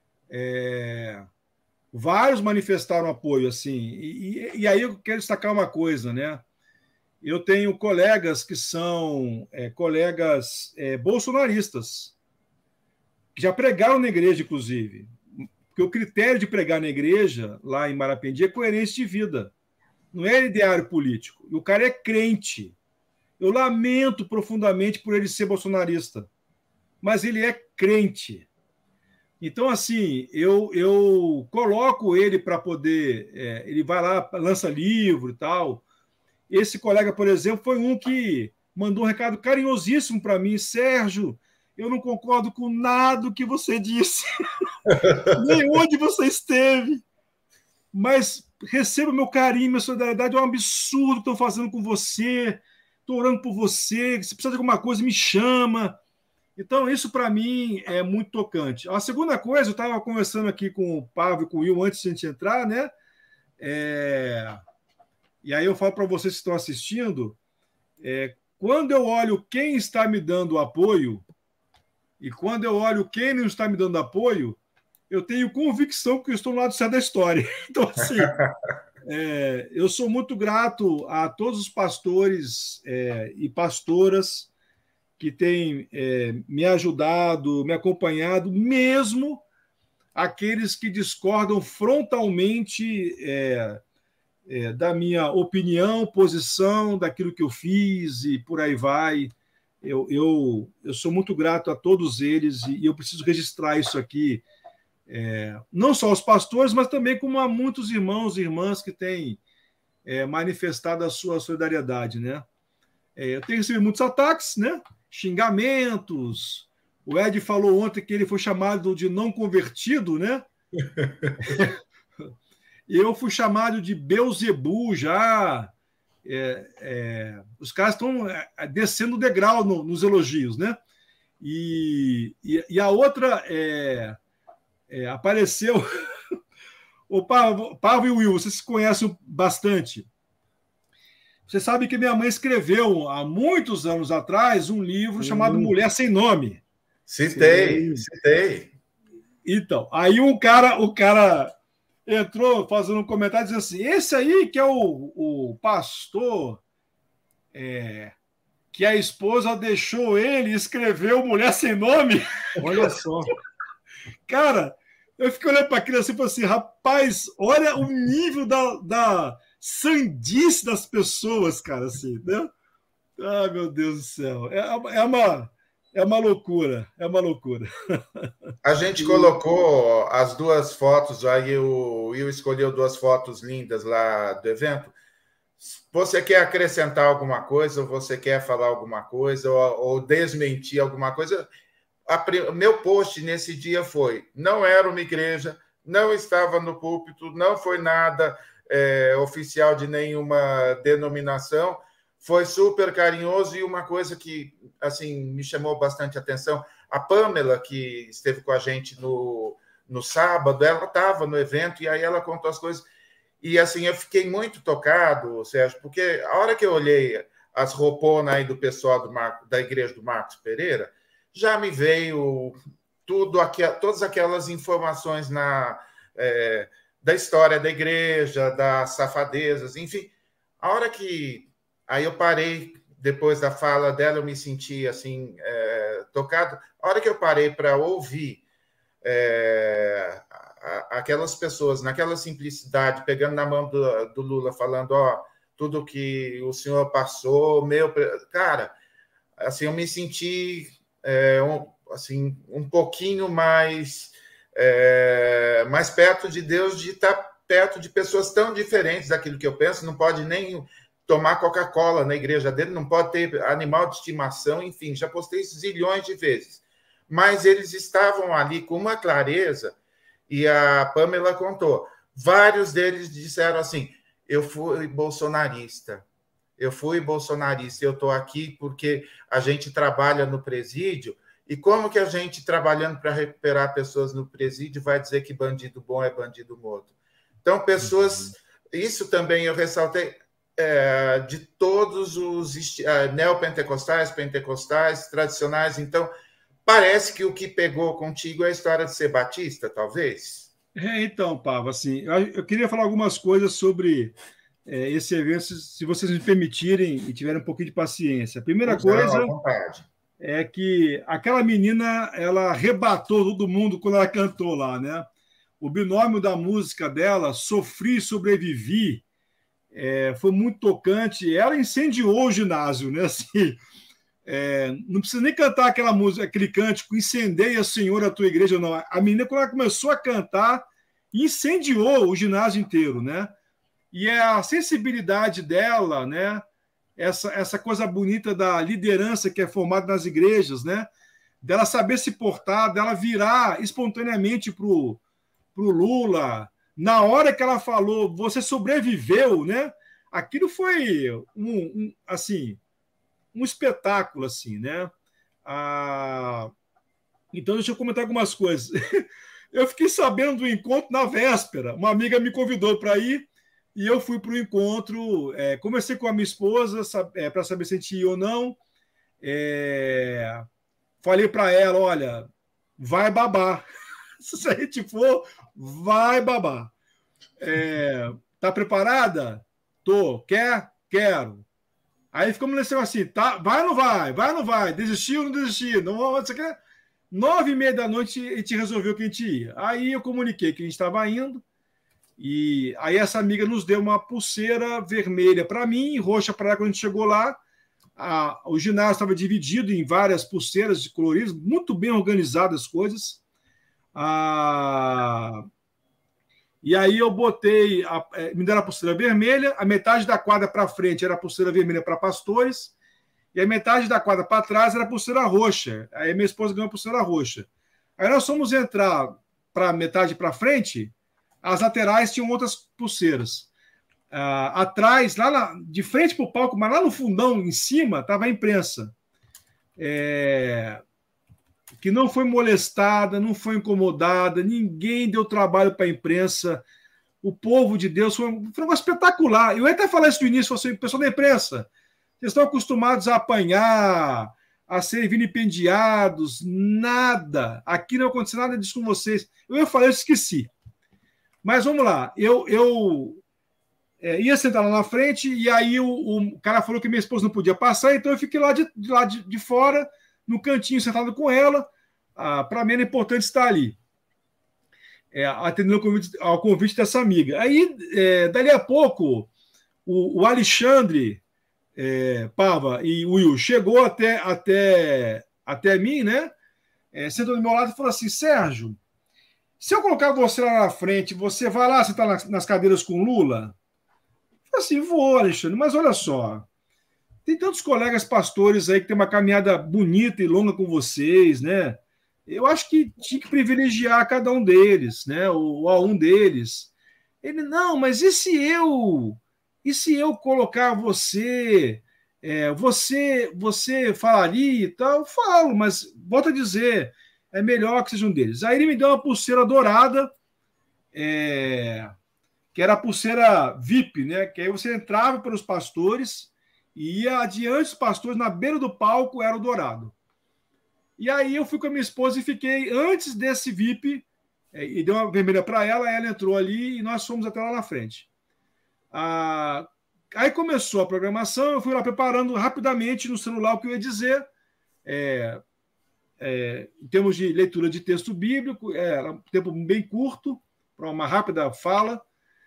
vários manifestaram apoio, assim, e aí eu quero destacar uma coisa, né? Eu tenho colegas que são colegas bolsonaristas, que já pregaram na igreja, inclusive. Porque o critério de pregar na igreja, lá em Marapendi, é coerência de vida. Não é ideário político. E o cara é crente. Eu lamento profundamente por ele ser bolsonarista. Mas ele é crente. Então, assim, eu coloco ele para poder... ele vai lá, lança livro e tal. Esse colega, por exemplo, foi um que mandou um recado carinhosíssimo para mim. Sérgio, eu não concordo com nada que você disse. Nem onde você esteve. Mas receba meu carinho, minha solidariedade. É um absurdo que estão fazendo com você. Estou orando por você. Se precisar de alguma coisa, me chama. Então, isso para mim é muito tocante. A segunda coisa, eu estava conversando aqui com o Pablo e com o Will antes de a gente entrar, né? E aí eu falo para vocês que estão assistindo, quando eu olho quem está me dando apoio e quando eu olho quem não está me dando apoio, eu tenho convicção que eu estou no lado certo da história. Então, assim, eu sou muito grato a todos os pastores e pastoras que têm me ajudado, me acompanhado, mesmo aqueles que discordam frontalmente da minha opinião, posição, daquilo que eu fiz e por aí vai. Eu sou muito grato a todos eles e eu preciso registrar isso aqui, não só aos pastores, mas também como a muitos irmãos e irmãs que têm manifestado a sua solidariedade, né? Eu tenho recebido muitos ataques, né? Xingamentos, O Ed falou ontem que ele foi chamado de não convertido, né? Eu fui chamado de Beuzebu já. Os caras estão descendo o degrau nos elogios, né? E a outra apareceu. O Pavo e o Will, vocês se conhecem bastante. Você sabe que minha mãe escreveu, há muitos anos atrás, um livro chamado Mulher Sem Nome. Citei. Então, aí o cara entrou fazendo um comentário dizendo assim, esse aí que é o pastor que a esposa deixou ele e escreveu Mulher Sem Nome. Olha só. Cara, eu fiquei olhando para aquilo assim e falei assim, rapaz, olha o nível da sandice das pessoas, cara, assim, né? Ah, meu Deus do céu. É uma loucura, é uma loucura. A gente colocou as duas fotos, aí o Will escolheu duas fotos lindas lá do evento. Você quer acrescentar alguma coisa, ou você quer falar alguma coisa, ou desmentir alguma coisa? Meu post nesse dia foi, não era uma igreja, não estava no púlpito, não foi nada oficial de nenhuma denominação, foi super carinhoso, e uma coisa que assim me chamou bastante atenção, a Pamela, que esteve com a gente no sábado, ela estava no evento, e aí ela contou as coisas, e assim, eu fiquei muito tocado, Sérgio, porque a hora que eu olhei as rouponas aí do pessoal da igreja do Marcos Pereira, já me veio todas aquelas informações da história da igreja, das safadezas, enfim. A hora que... Aí eu parei, depois da fala dela, eu me senti assim, tocado. A hora que eu parei para ouvir aquelas pessoas, naquela simplicidade, pegando na mão do Lula, falando, tudo que o senhor passou, Cara, assim, eu me senti... assim, um pouquinho mais perto de Deus, de estar perto de pessoas tão diferentes daquilo que eu penso. Não pode nem tomar Coca-Cola na igreja dele, não pode ter animal de estimação, enfim, já postei isso zilhões de vezes. Mas eles estavam ali com uma clareza, e a Pamela contou, vários deles disseram assim, eu fui bolsonarista, eu estou aqui porque a gente trabalha no presídio, e como que a gente, trabalhando para recuperar pessoas no presídio, vai dizer que bandido bom é bandido morto? Então, pessoas... Isso também eu ressaltei, de todos os neopentecostais, pentecostais, tradicionais. Então, parece que o que pegou contigo é a história de ser batista, talvez? Então, Pava, assim, eu queria falar algumas coisas sobre... esse evento, se vocês me permitirem e tiverem um pouquinho de paciência. A primeira coisa é que aquela menina, ela arrebatou todo mundo quando ela cantou lá, né? O binômio da música dela, Sofri e Sobrevivi, foi muito tocante. Ela incendiou o ginásio, né? Assim, não precisa nem cantar aquela música, aquele cântico, incendeia, Senhor, a tua igreja, não. A menina, quando ela começou a cantar, incendiou o ginásio inteiro, né? E é a sensibilidade dela, né? Essa coisa bonita da liderança que é formada nas igrejas, né? Dela saber se portar, dela virar espontaneamente para o Lula. Na hora que ela falou, você sobreviveu, né? Aquilo foi assim, um espetáculo, assim, né? Então, deixa eu comentar algumas coisas. Eu fiquei sabendo do encontro na véspera. Uma amiga me convidou para ir, e eu fui para o encontro, conversei com a minha esposa para saber se a gente ia ou não. Falei para ela, olha, vai babar. Se a gente for, vai babar. Tá preparada? Tô. Quer? Quero. Aí ficamos nesse assim, tá? Vai ou não vai? Vai ou não vai? Desistiu ou não desistiu? Não, você quer? 9h30 da noite a gente resolveu que a gente ia. Aí eu comuniquei que a gente estava indo. E aí essa amiga nos deu uma pulseira vermelha para mim e roxa para ela. Quando a gente chegou lá, o ginásio estava dividido em várias pulseiras de coloridas, muito bem organizadas as coisas. E aí eu botei, me deram a pulseira vermelha, a metade da quadra para frente era a pulseira vermelha para pastores, e a metade da quadra para trás era pulseira roxa. Aí minha esposa ganhou pulseira roxa. Aí nós fomos entrar para a metade para frente, as laterais tinham outras pulseiras. Atrás, de frente para o palco, mas lá no fundão, em cima, estava a imprensa. Que não foi molestada, não foi incomodada, ninguém deu trabalho para a imprensa. O povo de Deus foi um negócio espetacular. Eu ia até falar isso no início, assim, pessoal da imprensa, vocês estão acostumados a apanhar, a serem vilipendiados, nada. Aqui não aconteceu nada disso com vocês. Eu ia falar, eu esqueci. Mas vamos lá. Eu ia sentar lá na frente e aí o cara falou que minha esposa não podia passar, então eu fiquei lá de fora, no cantinho, sentado com ela. Para mim era importante estar ali, atendendo ao convite dessa amiga. Aí, dali a pouco, o Alexandre Pava e o Will chegou até mim, né? Sentou do meu lado e falou assim: Sérgio, se eu colocar você lá na frente, você vai lá sentar nas cadeiras com Lula? Eu falei assim: vou, Alexandre, mas olha só, tem tantos colegas pastores aí que tem uma caminhada bonita e longa com vocês, né? Eu acho que tinha que privilegiar cada um deles, né? Ou a um deles. Ele, não, mas e se eu colocar você, você falaria e tal? Eu falo, mas volto a dizer, é melhor que seja um deles. Aí ele me deu uma pulseira dourada, que era a pulseira VIP, né? Que aí você entrava pelos pastores e ia adiante dos pastores, na beira do palco era o dourado. E aí eu fui com a minha esposa e fiquei antes desse VIP, e deu uma vermelha para ela entrou ali e nós fomos até lá na frente. Aí começou a programação, eu fui lá preparando rapidamente no celular o que eu ia dizer, em termos de leitura de texto bíblico, era um tempo bem curto, para uma rápida fala,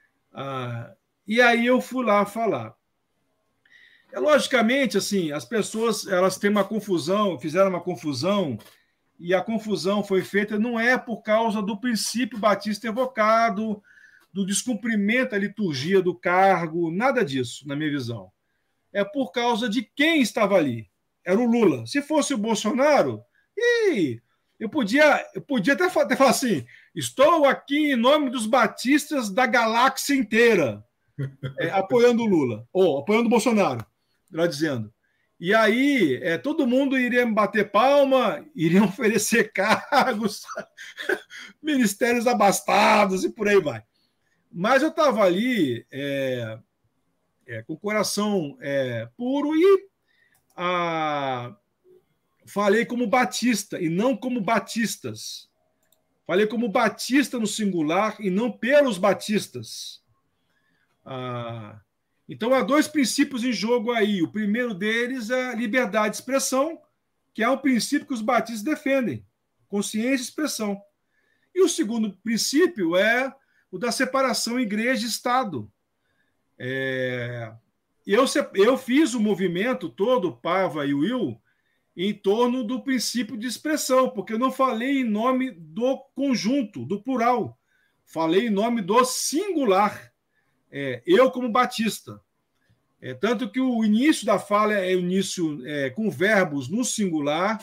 e aí eu fui lá falar. Logicamente, assim, as pessoas elas têm uma confusão, fizeram uma confusão, e a confusão foi feita não é por causa do princípio batista evocado, do descumprimento da liturgia do cargo, nada disso, na minha visão. É por causa de quem estava ali. Era o Lula. Se fosse o Bolsonaro, eu podia até falar assim: estou aqui em nome dos batistas da galáxia inteira, apoiando o Lula, ou apoiando o Bolsonaro, lá dizendo. E aí, todo mundo iria me bater palma, iriam oferecer cargos, ministérios abastados e por aí vai. Mas eu estava ali com o coração puro e falei como batista e não como batistas. Falei como batista no singular e não pelos batistas. Então, há dois princípios em jogo aí. O primeiro deles é a liberdade de expressão, que é um princípio que os batistas defendem, consciência e expressão. E o segundo princípio é o da separação igreja e Estado. Eu fiz o movimento todo, Pava e Will, em torno do princípio de expressão, porque eu não falei em nome do conjunto, do plural. Falei em nome do singular. Eu como batista. Tanto que o início da fala é o início com verbos no singular,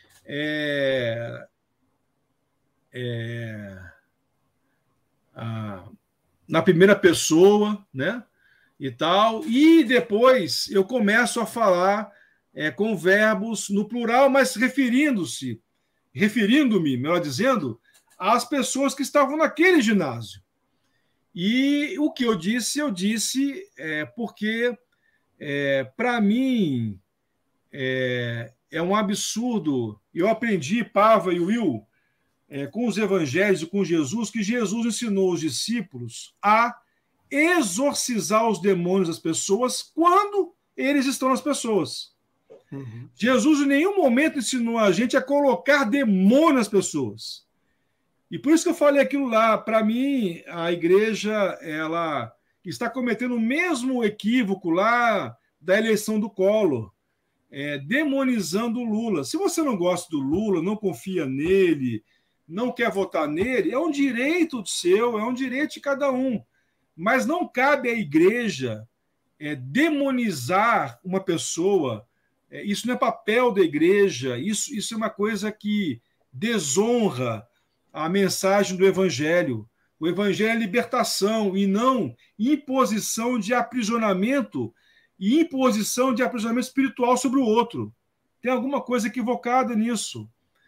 na primeira pessoa, né? E tal, e depois eu começo a falar com verbos no plural, mas referindo-me, melhor dizendo, às pessoas que estavam naquele ginásio. E o que eu disse porque, para mim, é um absurdo. Eu aprendi, Pava e Will, com os evangelhos e com Jesus, que Jesus ensinou os discípulos a exorcizar os demônios das pessoas quando eles estão nas pessoas. Uhum. Jesus em nenhum momento ensinou a gente a colocar demônio nas pessoas. E por isso que eu falei aquilo lá. Para mim, a igreja ela está cometendo o mesmo equívoco lá da eleição do Collor, demonizando o Lula. Se você não gosta do Lula, não confia nele, não quer votar nele, é um direito seu, é um direito de cada um. Mas não cabe à igreja demonizar uma pessoa Isso não é papel da igreja, isso é uma coisa que desonra a mensagem do Evangelho. O Evangelho é libertação e não imposição de aprisionamento e imposição de aprisionamento espiritual sobre o outro. Tem alguma coisa equivocada nisso,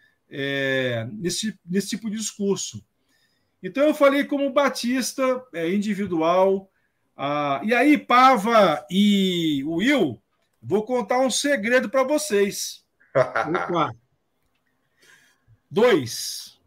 nesse tipo de discurso. Então, eu falei como batista, individual. E aí, Pava e Will, vou contar um segredo para vocês. 2.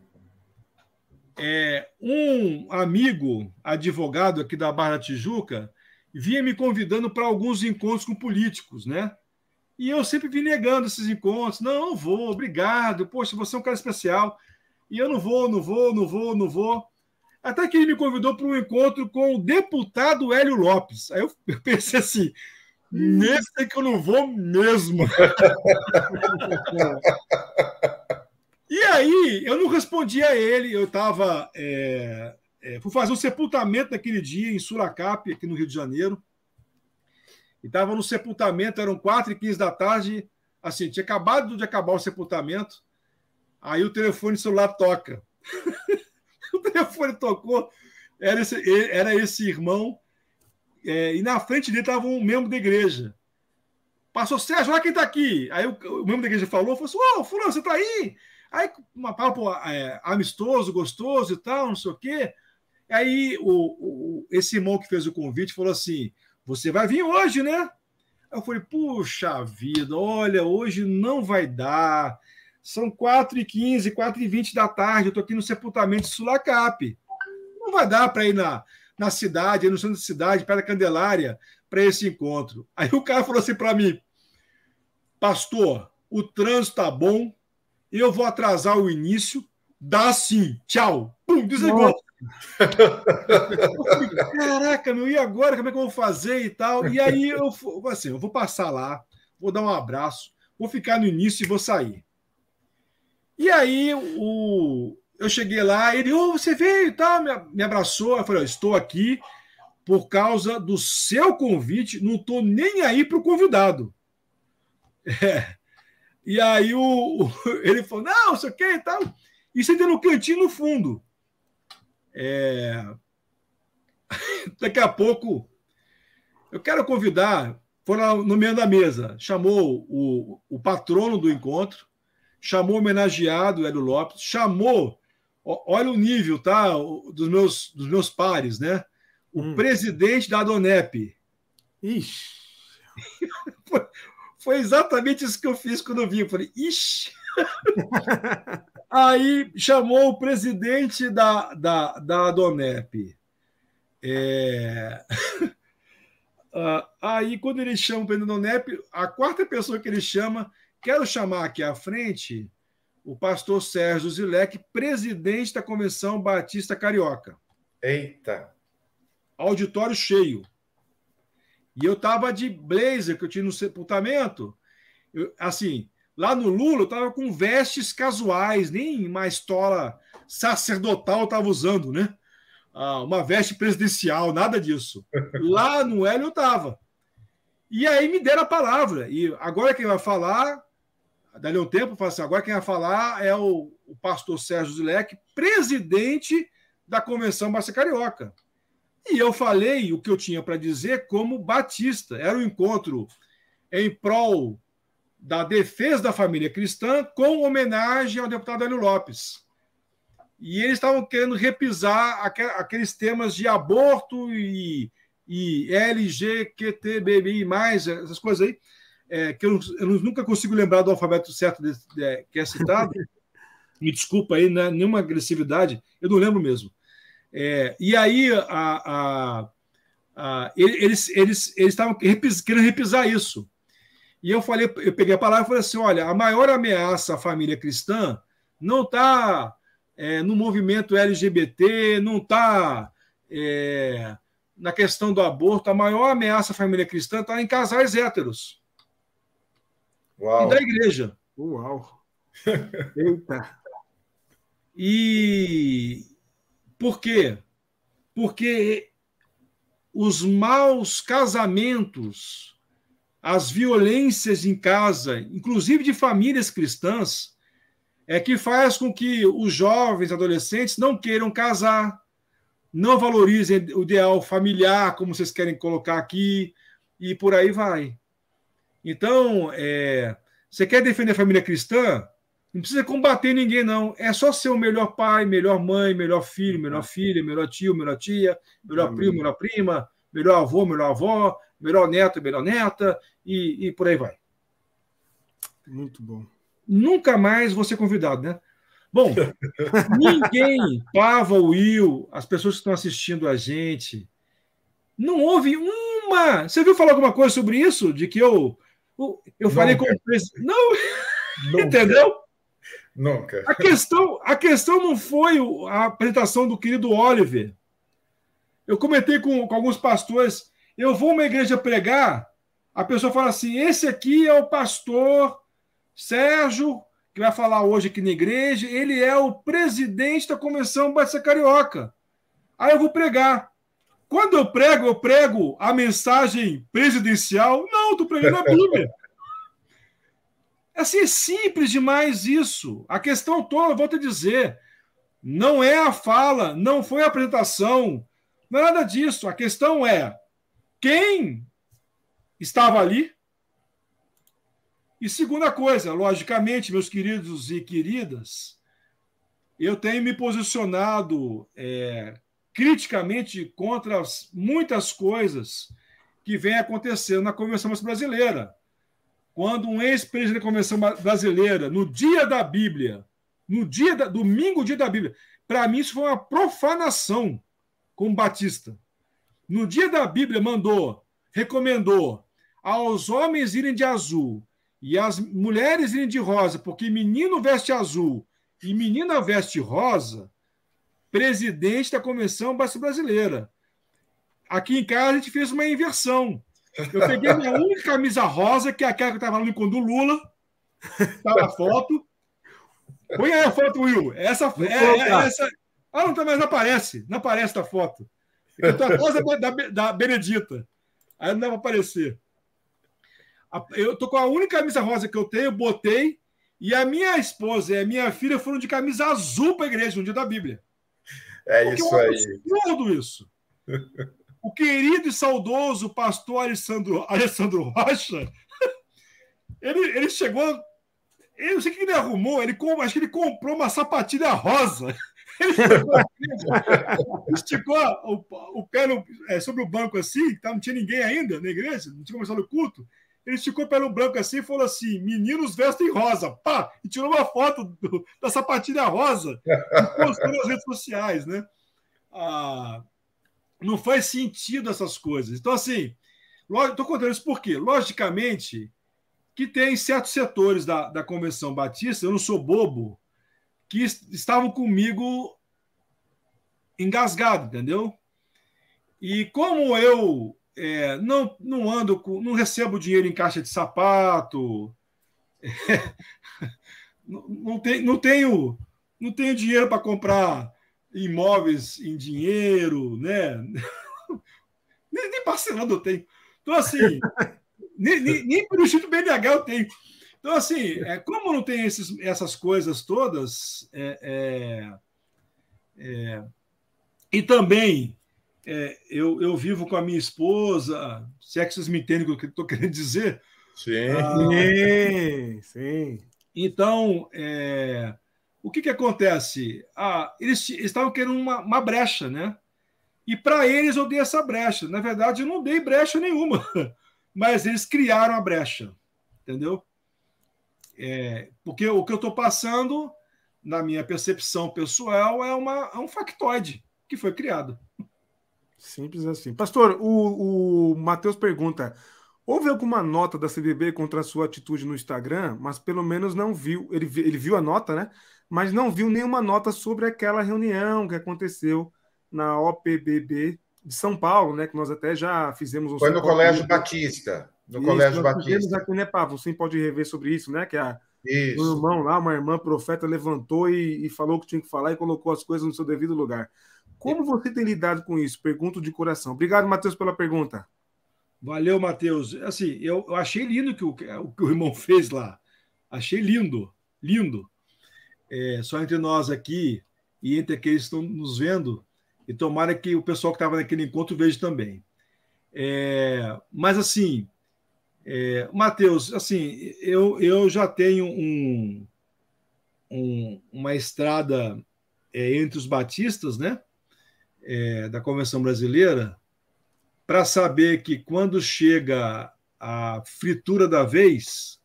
Um amigo advogado aqui da Barra da Tijuca vinha me convidando para alguns encontros com políticos, né? E eu sempre vim negando esses encontros. Não vou, obrigado. Poxa, você é um cara especial. E eu não vou. Até que ele me convidou para um encontro com o deputado Hélio Lopes. Aí eu pensei assim, nesse é que eu não vou mesmo. E aí, eu não respondi a ele. Eu estava... fui fazer um sepultamento naquele dia em Sorocaba, aqui no Rio de Janeiro. E estava no sepultamento, eram 4h15 da tarde. Assim, tinha acabado de acabar o sepultamento. Aí o telefone celular toca. O telefone tocou, era esse irmão, e na frente dele estava um membro da igreja. Pastor Sérgio, olha quem está aqui. Aí o membro da igreja falou assim, ô, fulano, você está aí? Aí, um papo amistoso, gostoso e tal, não sei o quê. Aí esse irmão que fez o convite falou assim, você vai vir hoje, né? Aí eu falei, puxa vida, olha, hoje não vai dar. São 4h15, 4h20 da tarde, eu estou aqui no sepultamento de Sulacap. Não vai dar para ir na cidade, no centro da cidade, perto da Candelária, para esse encontro. Aí o cara falou assim para mim, pastor, o trânsito está bom, eu vou atrasar o início, dá sim, tchau. Pum, desligou. Caraca, meu, e agora? Como é que eu vou fazer e tal? E aí eu vou passar lá, vou dar um abraço, vou ficar no início e vou sair. E aí eu cheguei lá, ele, você veio e tal, me abraçou, eu falei, estou aqui por causa do seu convite, não estou nem aí para o convidado. E aí ele falou, não, sei o que e tal, e sentei no cantinho no fundo. Daqui a pouco, eu quero convidar, foi no meio da mesa, chamou o patrono do encontro, chamou o homenageado, Hélio Lopes, chamou, olha o nível, tá, dos meus pares, né? O presidente da Adonep. Ixi. Foi exatamente isso que eu fiz quando eu vi. Eu falei, ixi. Aí chamou o presidente da Adonep. Aí, quando ele chama o presidente da Adonep, a quarta pessoa que ele chama, quero chamar aqui à frente o pastor Sérgio Zilek, presidente da Convenção Batista Carioca. Eita! Auditório cheio. E eu estava de blazer, que eu tinha no sepultamento. Assim, lá no Lula, eu estava com vestes casuais, nem uma estola sacerdotal eu estava usando, né? Uma veste presidencial, nada disso. Lá no Hélio eu estava. E aí me deram a palavra. E agora quem vai falar, dali a um tempo, eu falo assim, agora quem vai falar é o pastor Sérgio Zilek, presidente da Convenção Batista Carioca. E eu falei o que eu tinha para dizer como batista. Era um encontro em prol da defesa da família cristã com homenagem ao deputado Hélio Lopes. E eles estavam querendo repisar aqueles temas de aborto e LGBTBI+, essas coisas aí, que eu nunca consigo lembrar do alfabeto certo que é citado. Me desculpa aí, né? Nenhuma agressividade, eu não lembro mesmo. E aí eles estavam querendo repisar isso. E eu peguei a palavra e falei assim: olha, a maior ameaça à família cristã não está no movimento LGBT, não está na questão do aborto. A maior ameaça à família cristã está em casais héteros. Uau. E da igreja. Uau! Eita! E por quê? Porque os maus casamentos as violências em casa, inclusive de famílias cristãs, que faz com que os jovens, adolescentes, não queiram casar, não valorizem o ideal familiar, como vocês querem colocar aqui, e por aí vai. Então, você quer defender a família cristã? Não precisa combater ninguém, não. É só ser o melhor pai, melhor mãe, melhor filho, melhor filha, melhor tio, melhor tia, melhor primo, melhor prima, melhor avô, melhor avó, melhor neto, melhor neta, e por aí vai. Muito bom. Nunca mais vou ser convidado, né? Bom, ninguém, Pava, Will, as pessoas que estão assistindo a gente, não houve uma... Você viu falar alguma coisa sobre isso? De que eu falei com o presidente... Não, nunca. Entendeu? Nunca. A questão não foi a apresentação do querido Oliver. Eu comentei com alguns pastores, eu vou a uma igreja pregar, a pessoa fala assim, esse aqui é o pastor Sérgio, que vai falar hoje aqui na igreja, ele é o presidente da Convenção Batista Carioca. Aí eu vou pregar. Quando eu prego a mensagem presidencial. Não, estou pregando a Bíblia. Assim, é simples demais isso. A questão toda, eu vou te dizer, não é a fala, não foi a apresentação, não é nada disso. A questão é quem estava ali. E segunda coisa, logicamente, meus queridos e queridas, eu tenho me posicionado criticamente contra muitas coisas que vêm acontecendo na Convenção Brasileira. Quando um ex-presidente da Convenção Brasileira, no dia da Bíblia, domingo, dia da Bíblia, para mim isso foi uma profanação como batista. No dia da Bíblia recomendou aos homens irem de azul e as mulheres irem de rosa, porque menino veste azul e menina veste rosa, presidente da Convenção Batista Brasileira. Aqui em casa a gente fez uma inversão. Eu peguei minha única camisa rosa, que é aquela que eu estava no encontro do Lula, estava a foto. Põe aí a foto, Will. Essa. Não, mas não aparece. Não aparece a foto. Eu estou atrás da Benedita. Aí não dá para aparecer. Eu estou com a única camisa rosa que eu tenho, botei, e a minha esposa e a minha filha foram de camisa azul para a igreja no dia da Bíblia. Isso aí. É absurdo isso. O querido e saudoso pastor Alessandro Rocha, ele chegou, eu não sei o que ele arrumou, acho que ele comprou uma sapatilha rosa. Ele esticou o pé sobre o banco assim, não tinha ninguém ainda na igreja, não tinha começado o culto. Ele esticou o pé no branco assim e falou assim: meninos vestem rosa. Pá! E tirou uma foto da sapatilha rosa e postou nas redes sociais, né? Não faz sentido essas coisas. Então, assim, estou contando isso por quê? Logicamente que tem certos setores da Convenção Batista, eu não sou bobo, que estavam comigo engasgado, entendeu? E como eu não ando não recebo dinheiro em caixa de sapato, não tenho dinheiro para comprar imóveis em dinheiro, né? nem parcelado eu tenho. Então, assim, nem pelo Instituto BNH eu tenho. Então, assim, como não tem essas coisas todas, e também eu vivo com a minha esposa, se é que vocês me entendem o que eu estou querendo dizer. Sim. Então, o que acontece? Eles estavam querendo uma brecha, né? E para eles eu dei essa brecha. Na verdade, eu não dei brecha nenhuma, mas eles criaram a brecha, entendeu? Porque o que eu estou passando, na minha percepção pessoal, é um factoide que foi criado. Simples assim. Pastor, o Matheus pergunta: houve alguma nota da CBB contra a sua atitude no Instagram, mas pelo menos não viu, ele viu a nota, né? Mas não viu nenhuma nota sobre aquela reunião que aconteceu na OPBB de São Paulo, né? Que nós até já fizemos um... Foi no Colégio Batista. No Colégio Batista. Aqui, né, Pavo? Você pode rever sobre isso, né? Que um irmão lá, uma irmã profeta, levantou e falou o que tinha que falar e colocou as coisas no seu devido lugar. Como você tem lidado com isso? Pergunto de coração. Obrigado, Matheus, pela pergunta. Valeu, Matheus. Assim, eu achei lindo que o irmão fez lá. Achei lindo, lindo. Só entre nós aqui e entre aqueles que estão nos vendo, e tomara que o pessoal que estava naquele encontro veja também. Mas, assim, Matheus, assim, eu já tenho uma estrada entre os batistas, né, da Convenção Brasileira, para saber que quando chega a fritura da vez,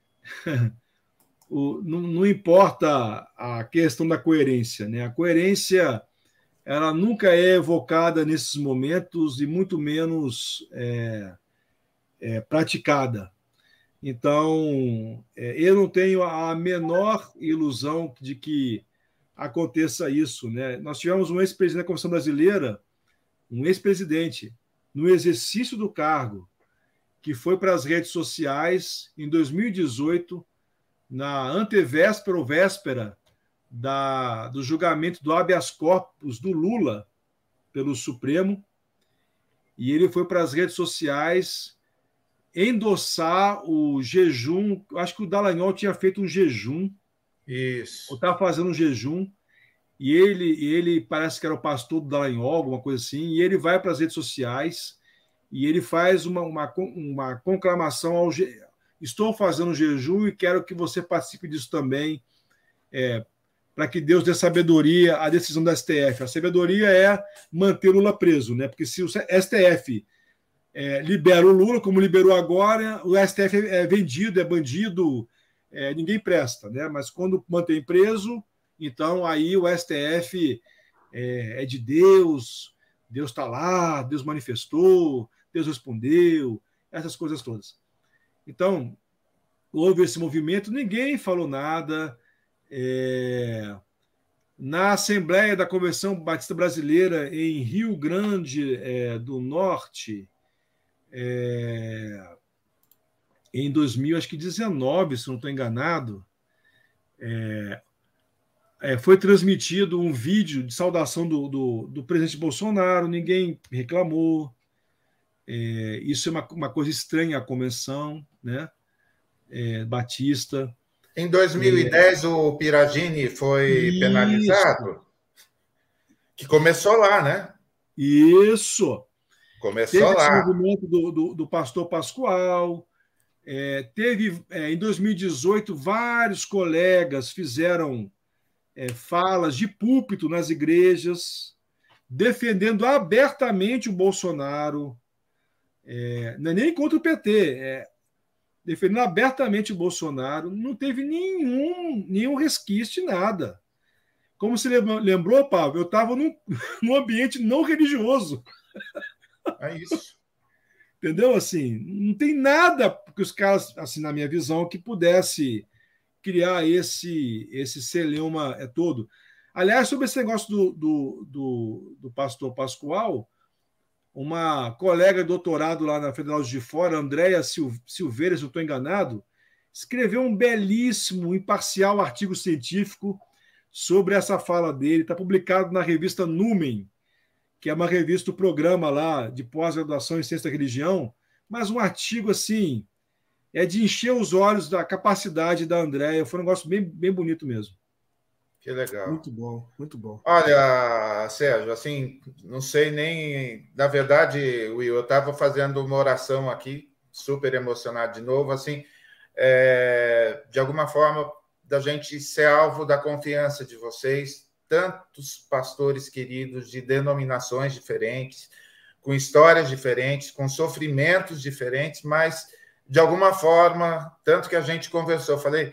não importa a questão da coerência, né? A coerência ela nunca é evocada nesses momentos e muito menos praticada. Então, eu não tenho a menor ilusão de que aconteça isso, né? Nós tivemos um ex-presidente da Convenção Brasileira, um ex-presidente, no exercício do cargo, que foi para as redes sociais em 2018, na antevéspera ou véspera do julgamento do habeas corpus do Lula pelo Supremo, e ele foi para as redes sociais endossar o jejum. Acho que o Dallagnol tinha feito um jejum. Isso. Ou estava fazendo um jejum, e ele parece que era o pastor do Dallagnol, alguma coisa assim, e ele vai para as redes sociais e ele faz uma conclamação ao estou fazendo um jejum e quero que você participe disso também, para que Deus dê sabedoria à decisão da STF. A sabedoria é manter o Lula preso, né? Porque se o STF libera o Lula, como liberou agora, o STF é vendido, é bandido, ninguém presta, né? Mas quando mantém preso, então aí o STF é de Deus, Deus está lá, Deus manifestou, Deus respondeu, essas coisas todas. Então, houve esse movimento, ninguém falou nada. Na Assembleia da Convenção Batista Brasileira, em Rio Grande do Norte, em 2019, se não estou enganado, foi transmitido um vídeo de saudação do presidente Bolsonaro, ninguém reclamou. Isso é uma coisa estranha à convenção, né? Batista. Em 2010, o Piragini foi penalizado, que começou lá, né? Isso. Começou teve lá. Esse movimento do pastor Pascoal. Teve, em 2018, vários colegas fizeram falas de púlpito nas igrejas, defendendo abertamente o Bolsonaro. Não é nem contra o PT, defendendo abertamente o Bolsonaro. Não teve nenhum resquício de nada. Como você lembrou, Pablo, eu estava num ambiente não religioso. É isso. Entendeu? Assim, não tem nada que os caras, assim, na minha visão, que pudesse criar esse celeuma todo. Aliás, sobre esse negócio do pastor Pascoal, uma colega de doutorado lá na Federal de Fora, Andréia Silveira, se não estou enganado, escreveu um belíssimo, imparcial artigo científico sobre essa fala dele. Está publicado na revista Numen, que é uma revista do programa lá de pós-graduação em ciência da religião, mas um artigo assim de encher os olhos da capacidade da Andréia. Foi um negócio bem, bem bonito mesmo. Que legal. Muito bom, muito bom. Olha, Sérgio, assim, não sei nem... Na verdade, Will, eu estava fazendo uma oração aqui, super emocionado de novo, assim, de alguma forma, da gente ser alvo da confiança de vocês, tantos pastores queridos de denominações diferentes, com histórias diferentes, com sofrimentos diferentes, mas, de alguma forma, tanto que a gente conversou, falei,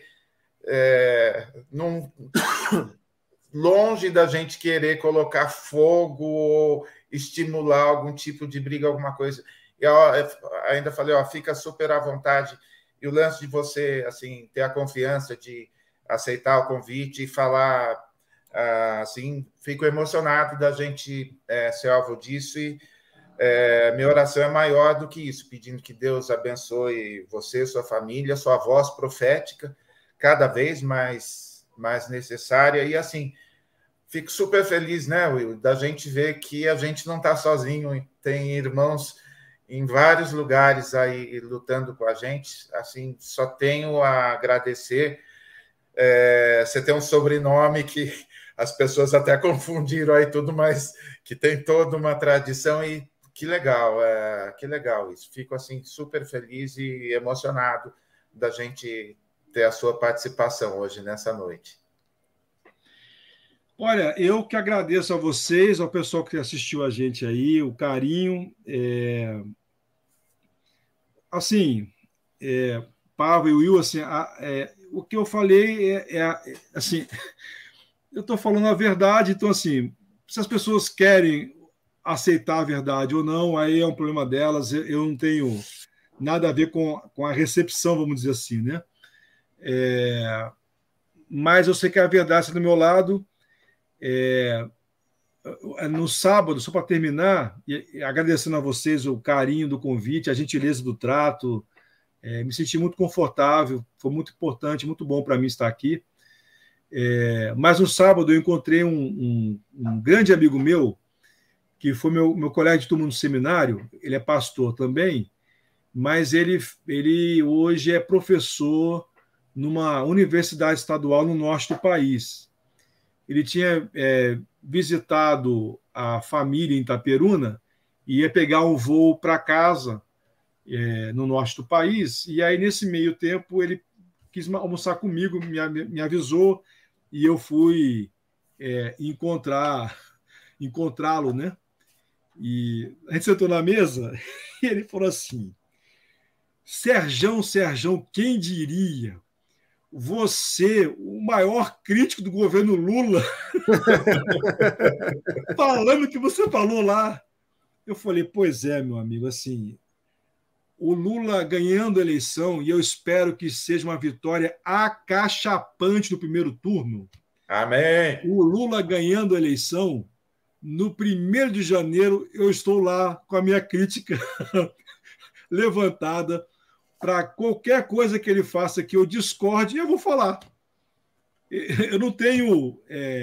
longe da gente querer colocar fogo ou estimular algum tipo de briga, alguma coisa. Eu ainda falei, fica super à vontade. E o lance de você assim ter a confiança de aceitar o convite e falar assim, fico emocionado da gente ser alvo disso e minha oração é maior do que isso, pedindo que Deus abençoe você, sua família, sua voz profética, cada vez mais necessária. E assim, fico super feliz, né, Will, da gente ver que a gente não está sozinho, tem irmãos em vários lugares aí lutando com a gente. Assim, só tenho a agradecer. Você tem um sobrenome que as pessoas até confundiram aí tudo, mas que tem toda uma tradição e que legal isso. Fico assim super feliz e emocionado da gente ter a sua participação hoje nessa noite. Olha, eu que agradeço a vocês, ao pessoal que assistiu a gente aí, o carinho. Assim, Pablo e Will, assim, o que eu falei assim, eu estou falando a verdade, então assim, se as pessoas querem aceitar a verdade ou não, aí é um problema delas, eu não tenho nada a ver com a recepção, vamos dizer assim, né? Mas eu sei que a verdade está do meu lado. No sábado, só para terminar, agradecendo a vocês o carinho do convite, a gentileza do trato, me senti muito confortável, foi muito importante, muito bom para mim estar aqui. Mas no sábado eu encontrei um grande amigo meu, que foi meu colega de turma no seminário, ele é pastor também, mas ele hoje é professor numa universidade estadual no norte do país. Ele tinha visitado a família em Itaperuna e ia pegar um voo para casa no norte do país, e aí nesse meio tempo ele quis almoçar comigo, me avisou, e eu fui encontrá-lo, né? E a gente sentou na mesa e ele falou assim: Serjão, quem diria? Você, o maior crítico do governo Lula, falando o que você falou lá. Eu falei, pois é, meu amigo, assim, o Lula ganhando a eleição, e eu espero que seja uma vitória acachapante no primeiro turno. Amém! O Lula ganhando a eleição, no 1º de janeiro, eu estou lá com a minha crítica levantada para qualquer coisa que ele faça que eu discorde, eu vou falar. Eu não tenho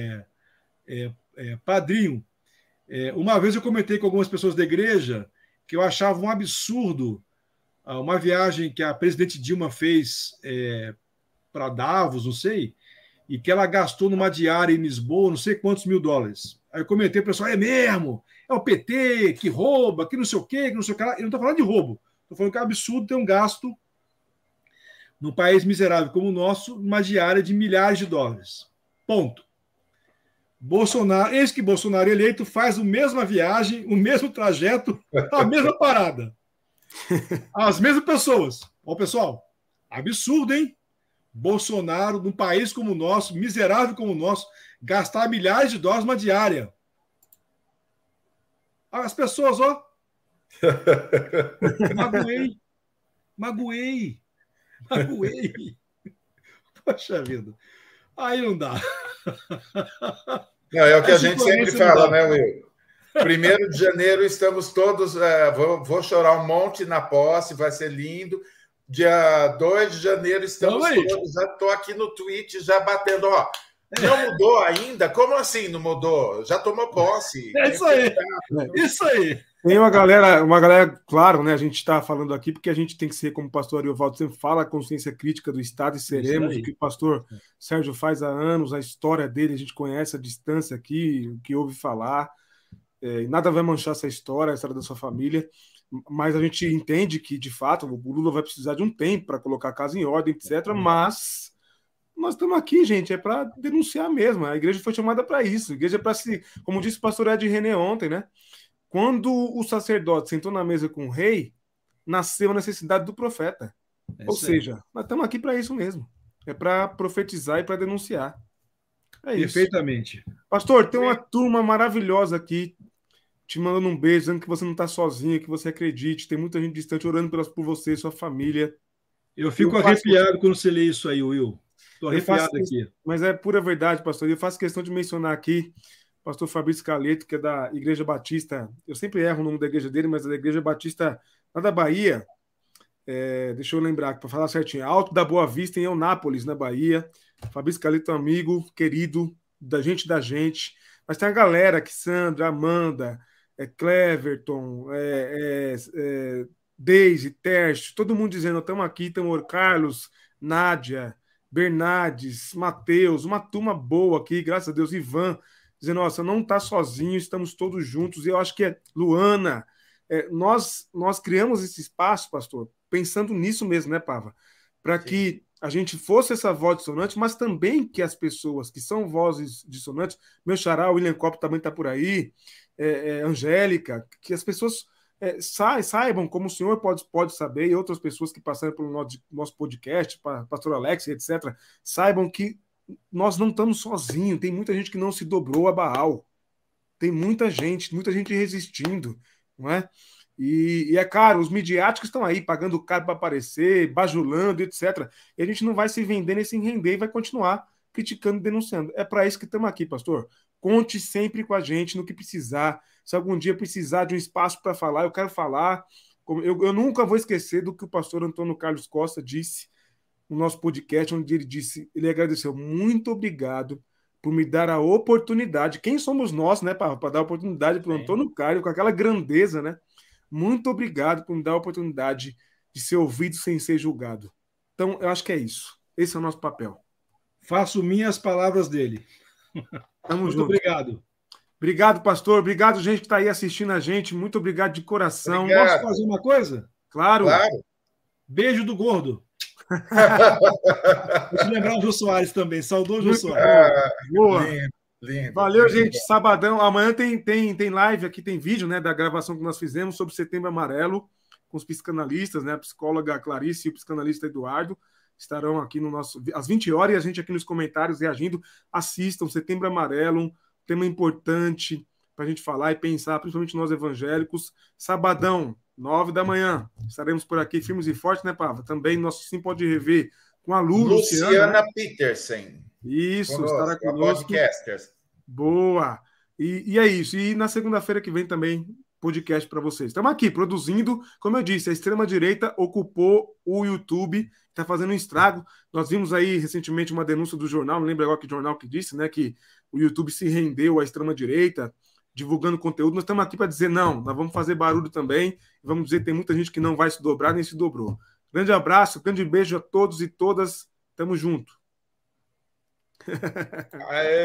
padrinho. Uma vez eu comentei com algumas pessoas da igreja que eu achava um absurdo uma viagem que a presidente Dilma fez para Davos, não sei, e que ela gastou numa diária em Lisboa, não sei quantos mil dólares. Aí eu comentei, o pessoal, é mesmo? É o PT que rouba, que não sei o quê, que não sei o que lá. Eu não estou falando de roubo. Estou falando que é absurdo ter um gasto num país miserável como o nosso, uma diária de milhares de dólares. Ponto. Bolsonaro, eis que Bolsonaro eleito faz a mesma viagem, o mesmo trajeto, a mesma parada. As mesmas pessoas. Ó, pessoal, absurdo, hein? Bolsonaro, num país como o nosso, miserável como o nosso, gastar milhares de dólares numa diária. As pessoas, ó. Magoei. Poxa vida. Aí não dá. Não, é o que a gente sempre fala, né, Will? 1º de janeiro estamos todos... vou chorar um monte na posse, vai ser lindo. Dia 2 de janeiro estamos todos... Já estou aqui no tweet, já batendo, ó. Não mudou ainda? Como assim não mudou? Já tomou posse. Isso aí. Tem uma galera, claro, né? A gente está falando aqui porque a gente tem que ser, como o pastor Ariovaldo sempre fala, a consciência crítica do Estado, e seremos o que o pastor Sérgio faz há anos, a história dele, a gente conhece a distância aqui, o que ouve falar, nada vai manchar essa história, a história da sua família, mas a gente entende que, de fato, o Lula vai precisar de um tempo para colocar a casa em ordem, etc., mas nós estamos aqui, gente, é para denunciar mesmo, a igreja foi chamada para isso, a igreja é para se, como disse o pastor Ed René ontem, né? Quando o sacerdote sentou na mesa com o rei, nasceu a necessidade do profeta. Ou seja, nós estamos aqui para isso mesmo. É para profetizar e para denunciar. É isso. Perfeitamente. Pastor, tem uma turma maravilhosa aqui te mandando um beijo, dizendo que você não está sozinho, que você acredite. Tem muita gente distante orando por você e sua família. Eu fico arrepiado quando você lê isso aí, Will. Estou arrepiado aqui. Mas é pura verdade, pastor. Eu faço questão de mencionar aqui pastor Fabrício Caleto, que é da Igreja Batista, eu sempre erro o nome da igreja dele, mas é da Igreja Batista lá da Bahia, deixa eu lembrar, para falar certinho, Alto da Boa Vista, em Eunápolis, na Bahia. Fabrício Caleto é um amigo, querido, da gente, mas tem a galera aqui, Sandra, Amanda, Cleverton, Deise, Tércio, todo mundo dizendo, estamos aqui, estamos Carlos, Nádia, Bernardes, Matheus, uma turma boa aqui, graças a Deus, Ivan, dizendo, nossa, não está sozinho, estamos todos juntos, e eu acho que é Luana, nós criamos esse espaço, pastor, pensando nisso mesmo, né, Pava? Para que a gente fosse essa voz dissonante, mas também que as pessoas que são vozes dissonantes, meu xará, o William Copp também está por aí, Angélica, que as pessoas saibam, como o senhor pode saber, e outras pessoas que passaram pelo nosso podcast, pastor Alex, etc., saibam que nós não estamos sozinhos, tem muita gente que não se dobrou a Baal, tem muita gente resistindo, não é? E é claro, os midiáticos estão aí, pagando caro para aparecer, bajulando, etc. E a gente não vai se vender nem se render e vai continuar criticando e denunciando. É para isso que estamos aqui, pastor. Conte sempre com a gente no que precisar. Se algum dia precisar de um espaço para falar, eu quero falar. Eu nunca vou esquecer do que o pastor Antônio Carlos Costa disse no nosso podcast, onde ele agradeceu. Muito obrigado por me dar a oportunidade. Quem somos nós, né, para dar a oportunidade para o Antônio Carlos, com aquela grandeza, né? Muito obrigado por me dar a oportunidade de ser ouvido sem ser julgado. Então, eu acho que é isso. Esse é o nosso papel. Faço minhas palavras dele. Tamo Muito junto. obrigado. Obrigado, pastor. Obrigado, gente que está aí assistindo a gente. Muito obrigado de coração. Obrigado. Posso fazer uma coisa? Claro. Beijo do gordo. Vou te lembrar o Jô Soares também. Saudoso Jô Soares. Boa. Lindo. Valeu, gente. Sabadão. Amanhã tem live aqui, tem vídeo, né, da gravação que nós fizemos sobre Setembro Amarelo, com os psicanalistas, né? A psicóloga Clarice e o psicanalista Eduardo estarão aqui no nosso às 20 horas, e a gente aqui nos comentários reagindo. Assistam Setembro Amarelo, um tema importante para a gente falar e pensar, principalmente nós evangélicos. Sabadão, 9 da manhã, estaremos por aqui firmes e fortes, né, Pava? Também nosso Sim Pode Rever com a Luciana Petersen. Isso, conosco, estará conosco. Podcasters. Boa! E é isso. E na segunda-feira que vem também, podcast para vocês. Estamos aqui produzindo, como eu disse, a extrema-direita ocupou o YouTube, está fazendo um estrago. Nós vimos aí recentemente uma denúncia do jornal, não lembro agora que jornal que disse, né, que o YouTube se rendeu à extrema-direita, divulgando conteúdo. Nós estamos aqui para dizer não, nós vamos fazer barulho também, vamos dizer que tem muita gente que não vai se dobrar, nem se dobrou. Grande abraço, grande beijo a todos e todas. Tamo junto.